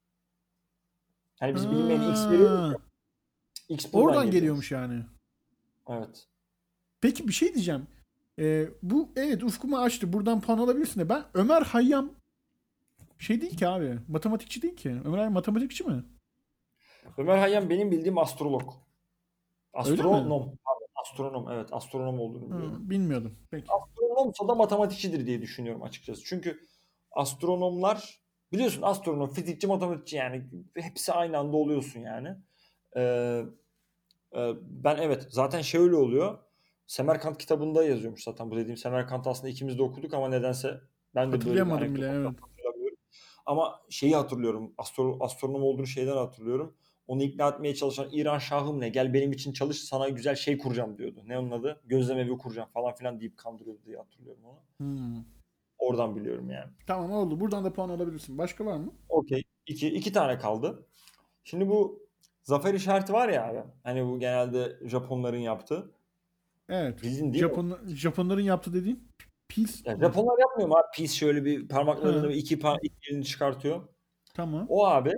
Hani biz bilinmeyene X veriyoruz ya. Ha, X buradan oradan geliyormuş. geliyormuş yani. Evet. Peki bir şey diyeceğim. Bu evet ufkumu açtı. Buradan puan alabilirsin de ben Ömer Hayyam şey değil ki abi. Matematikçi değil ki. Ömer Hayyam matematikçi mi? Ömer Hayyam benim bildiğim astrolog. Öyle mi? Astronom. Pardon, astronom. Evet astronom olduğunu Hı, biliyorum. bilmiyordum. Peki. Astronomsa da matematikçidir diye düşünüyorum açıkçası. Çünkü astronomlar biliyorsun astronom, fizikçi, matematikçi yani hepsi aynı anda oluyorsun yani. Ee, ben evet zaten şey öyle oluyor. Semerkant kitabında yazıyormuş zaten bu dediğim Semerkant aslında ikimiz de okuduk ama nedense ben de böyle bir Hatırlayamadım bile anekdot evet. hatırlamıyorum. Ama şeyi hatırlıyorum. Astronom olduğunu şeyden hatırlıyorum. onu ikna etmeye çalışan İran Şahım ne? Gel benim için çalış, sana güzel şey kuracağım diyordu. Ne onun adı? Gözlem evi kuracağım falan filan deyip kandırıyordu diye hatırlıyorum onu. Hmm. Oradan biliyorum yani. Tamam, oldu. Buradan da puan alabilirsin. Başka var mı? Okey. İki tane kaldı. Şimdi bu zafer işareti var ya abi. Hani bu genelde Japonların yaptığı. Evet. Bildin değil mi? Japonların yaptığı dediğin peace Ya mi? Japonlar yapmıyor mu abi? Peace şöyle bir parmaklarını Ha, ve iki elini çıkartıyor. tamam. O abi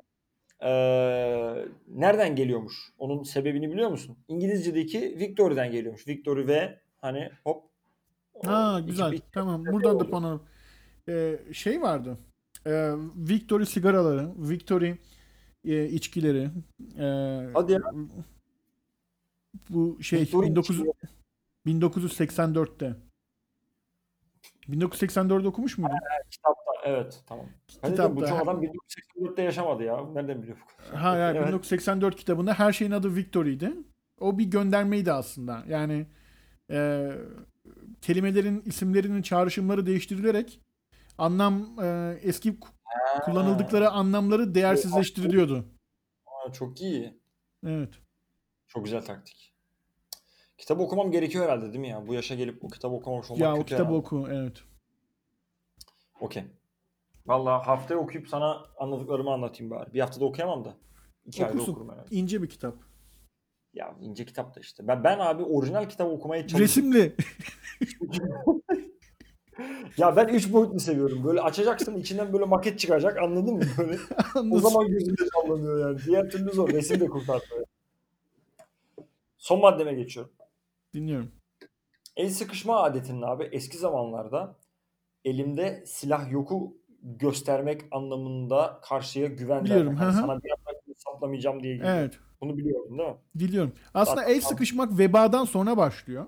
nereden geliyormuş? Onun sebebini biliyor musun? İngilizce'deki victory'den geliyormuş. Victory ve hani hop o Ha, iki güzel. bir Tamam. şey Buradan da oldu. puan al. Şey vardı. Victory sigaraları, Victory içkileri, e, Hadi ya. bu şey Victory içki 1984'te. 1984'de okumuş muydun? kitapta. Evet, tamam. Ben dedim bu Kitapta. çok adam 1984'te yaşamadı ya. Nereden biliyor bu kadar? Ha, Okey, ya evet. 1984 kitabında her şeyin adı Victory'di. O bir göndermeydi aslında. Yani e, kelimelerin isimlerinin çağrışımları değiştirilerek eski kullanıldıkları Ha. anlamları değersizleştiriliyordu. Aa, çok iyi. Evet. Çok güzel taktik. Kitap okumam gerekiyor herhalde değil mi ya? Bu yaşa gelip bu kitabı okumamış olmak Ya o kötü kitabı herhalde. oku. Evet. Okey. Vallahi haftaya okuyup sana anladıklarımı anlatayım bari. Bir haftada okuyamam da. 2 ayda Okursun. okurum herhalde. İnce bir kitap. Ya ince kitap da işte. Ben abi orijinal kitap okumaya çalışıp Resimli. ya ben 3 boyutlu seviyorum. Böyle açacaksın içinden böyle maket çıkacak anladın mı böyle? O Anlasın. zaman gözümde canlanıyor yani. Diğer türlü zor. Resim de kurtarmıyor. Son maddeme geçiyorum. Dinliyorum. El sıkışma adetinin abi eski zamanlarda elimde silah yoku göstermek anlamında karşıya güven Biliyorum. vermek. Hı Hani hı. sana bir yaprak saplamayacağım diye geliyor. Evet. Bunu biliyordun değil mi? Biliyorum. Aslında Zaten el sıkışmak vebadan sonra başlıyor.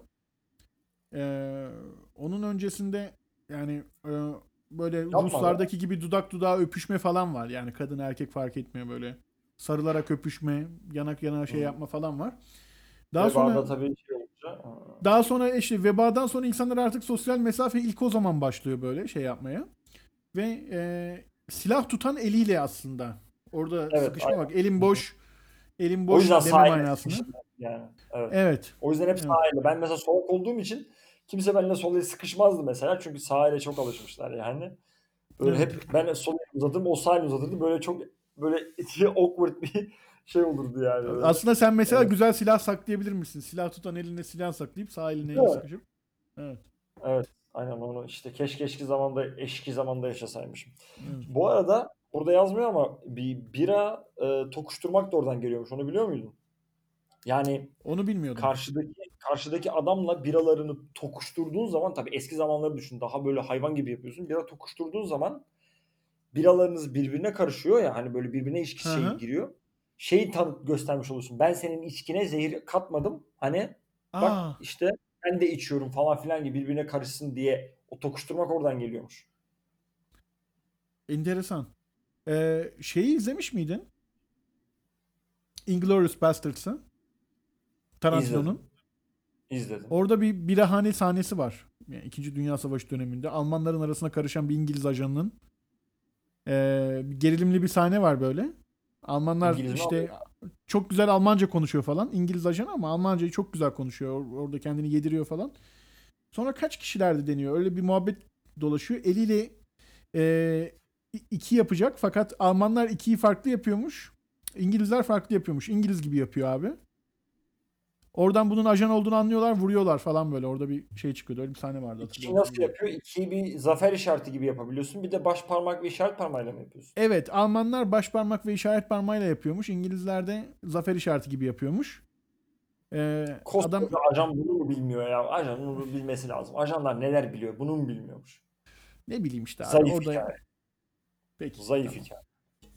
Ee, Onun öncesinde yani böyle yapma be. Ruslardaki gibi dudak dudağa öpüşme falan var. Yani kadın erkek fark etmiyor böyle. Sarılarak öpüşme, yanak yana şey Hı. yapma falan var. Daha sonra Vebada tabii şey olunca. işte vebadan sonra insanlar artık sosyal mesafe ilk o zaman başlıyor böyle şey yapmaya. Ve silah tutan eliyle aslında. Orada Evet. sıkışma bak. Aynen. Elim Hı hı. boş, elim O yüzden boş deme sağ elle manasında. sıkıştım yani. Evet. Evet. O yüzden hep Evet. sağ elle. Ben mesela solak olduğum için kimse benimle sol el sıkışmazdı mesela. Çünkü sağ elle çok alışmışlar yani. Böyle Evet. hep ben sol elimi uzatırım, o sağ elimi uzatırdı. Böyle çok böyle awkward bir şey olurdu yani böyle. Aslında sen mesela Evet. güzel silah saklayabilir misin? Silah tutan elinde silah saklayıp sağ eline Değil eli mi? sıkışıp. Evet. Evet. Aynen onu işte keşke eski zamanda yaşasaymışım. Evet. Bu arada burada yazmıyor ama bir bira tokuşturmak da oradan geliyormuş. Onu biliyor muydun? Yani Onu bilmiyordum. karşıdaki adamla biralarını tokuşturduğun zaman tabii eski zamanları düşün. Daha böyle hayvan gibi yapıyorsun. Bira tokuşturduğun zaman biralarınız birbirine karışıyor ya hani böyle birbirine içki Hı şey hı. giriyor. Göstermiş oluyorsun. Ben senin içkine zehir katmadım. Hani bak Aa, işte ben de içiyorum falan filan gibi birbirine karışsın diye o tokuşturmak oradan geliyormuş. enteresan. Şeyi izlemiş miydin? Inglourious Basterds'ı. Tarantino'nun. İzledim. İzledim. Orada bir birahane sahnesi var. Yani İkinci Dünya Savaşı döneminde. Almanların arasına karışan bir İngiliz ajanının. Gerilimli bir sahne var böyle. Almanlar İngiliz mi işte Amerikan? çok güzel Almanca konuşuyor falan. İngiliz ajan ama Almancayı çok güzel konuşuyor. Orada kendini yediriyor falan. Sonra kaç kişilerdi deniyor. Öyle bir muhabbet dolaşıyor. Eliyle e, iki yapacak fakat Almanlar ikiyi farklı yapıyormuş. İngilizler farklı yapıyormuş. İngiliz gibi yapıyor abi. Oradan bunun ajan olduğunu anlıyorlar, vuruyorlar falan böyle. Orada bir şey çıkıyordu. Öyle bir sahne vardı, hatırlıyor İkiyi musun nasıl bilmiyorum. yapıyor? İkiyi bir zafer işareti gibi yapabiliyorsun. Bir de baş parmak ve işaret parmağıyla mı yapıyorsun? Evet, Almanlar baş parmak ve işaret parmağıyla yapıyormuş. İngilizler de zafer işareti gibi yapıyormuş. Adam Koskoca ajan bunu mu bilmiyor ya? Ajan bunu bilmesi lazım. Ajanlar neler biliyor? Bunu mu bilmiyormuş? ne bileyim işte abi Zayıf orada hikaye. peki Zayıf tamam. hikaye.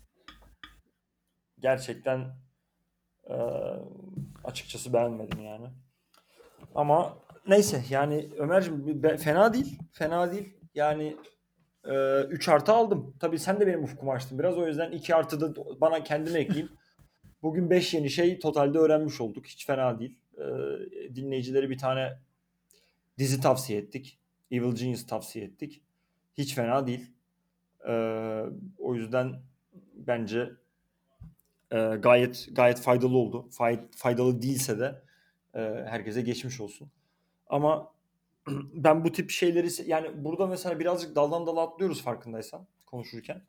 Gerçekten e, açıkçası beğenmedim yani. Ama neyse yani Ömerciğim fena değil. Fena değil. Yani 3 artı aldım. Tabii sen de benim ufkumu açtın biraz. O yüzden 2 artı da bana kendime ekleyeyim. Bugün 5 yeni şey totalde öğrenmiş olduk. Hiç fena değil. Dinleyicileri bir tane dizi tavsiye ettik. Evil Genius tavsiye ettik. Hiç fena değil. O yüzden bence Gayet faydalı oldu. Faydalı değilse de herkese geçmiş olsun. Ama ben bu tip şeyleri yani burada mesela birazcık daldan dala atlıyoruz farkındaysan konuşurken.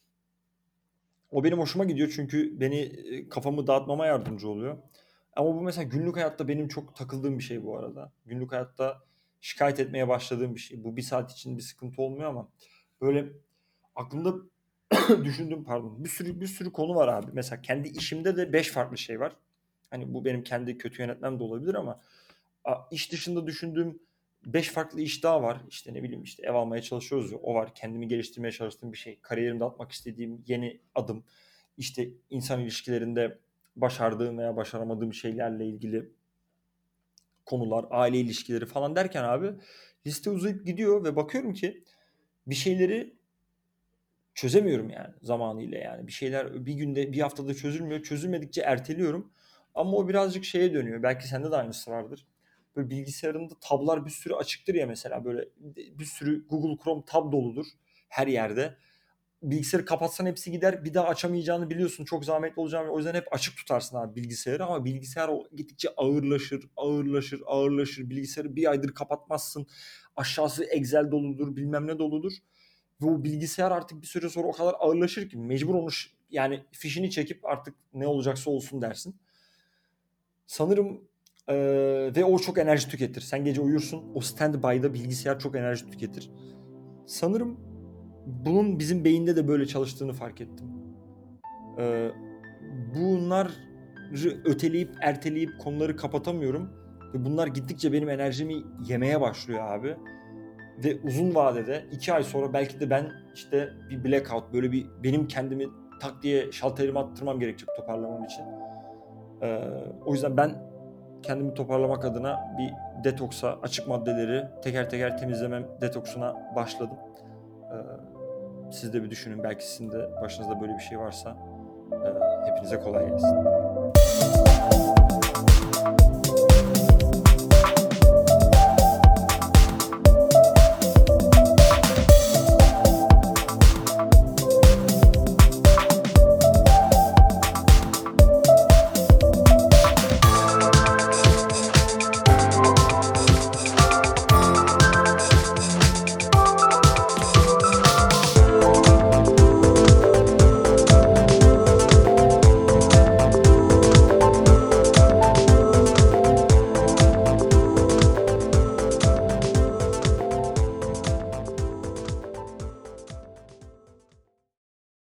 O benim hoşuma gidiyor çünkü beni kafamı dağıtmama yardımcı oluyor. Ama bu mesela günlük hayatta benim çok takıldığım bir şey bu arada. Günlük hayatta şikayet etmeye başladığım bir şey. Bu bir saat için bir sıkıntı olmuyor ama böyle aklımda düşündüğüm bir sürü konu var abi. Mesela kendi işimde de 5 farklı şey var. Hani bu benim kendi kötü yönetmem de olabilir ama iş dışında düşündüğüm 5 farklı iş daha var. İşte ne bileyim işte ev almaya çalışıyoruz ya, o var. Kendimi geliştirmeye çalıştığım bir şey. Kariyerimde atmak istediğim yeni adım. İşte insan ilişkilerinde başardığım veya başaramadığım şeylerle ilgili konular, aile ilişkileri falan derken abi liste uzayıp gidiyor ve bakıyorum ki bir şeyleri çözemiyorum yani zamanıyla yani. Bir şeyler bir günde, bir haftada çözülmüyor. Çözülmedikçe erteliyorum. Ama o birazcık şeye dönüyor. Belki sende de aynısı vardır. Böyle bilgisayarında tablar bir sürü açıktır ya mesela. Böyle bir sürü Google Chrome tab doludur her yerde. Bilgisayarı kapatsan hepsi gider. Bir daha açamayacağını biliyorsun. Çok zahmetli olacağını. O yüzden hep açık tutarsın abi bilgisayarı. Ama bilgisayar gittikçe ağırlaşır. Bilgisayarı bir aydır kapatmazsın. Aşağısı Excel doludur, bilmem ne doludur. Ve o bilgisayar artık bir süre sonra o kadar ağırlaşır ki mecbur onu yani fişini çekip artık ne olacaksa olsun dersin. Sanırım ve o çok enerji tüketir. Sen gece uyursun. O standby'da bilgisayar çok enerji tüketir. Sanırım bunun bizim beyinde de böyle çalıştığını fark ettim. Bunları öteleyip erteleyip konuları kapatamıyorum. Ve bunlar gittikçe benim enerjimi yemeye başlıyor abi. Ve uzun vadede 2 ay sonra belki de ben işte bir blackout böyle bir benim kendimi tak diye şalterimi attırmam gerekecek toparlamam için. O yüzden ben kendimi toparlamak adına bir detoksa, açık maddeleri teker teker temizlemem detoksuna başladım. Siz de bir düşünün, belki sizin de başınızda böyle bir şey varsa hepinize kolay gelsin.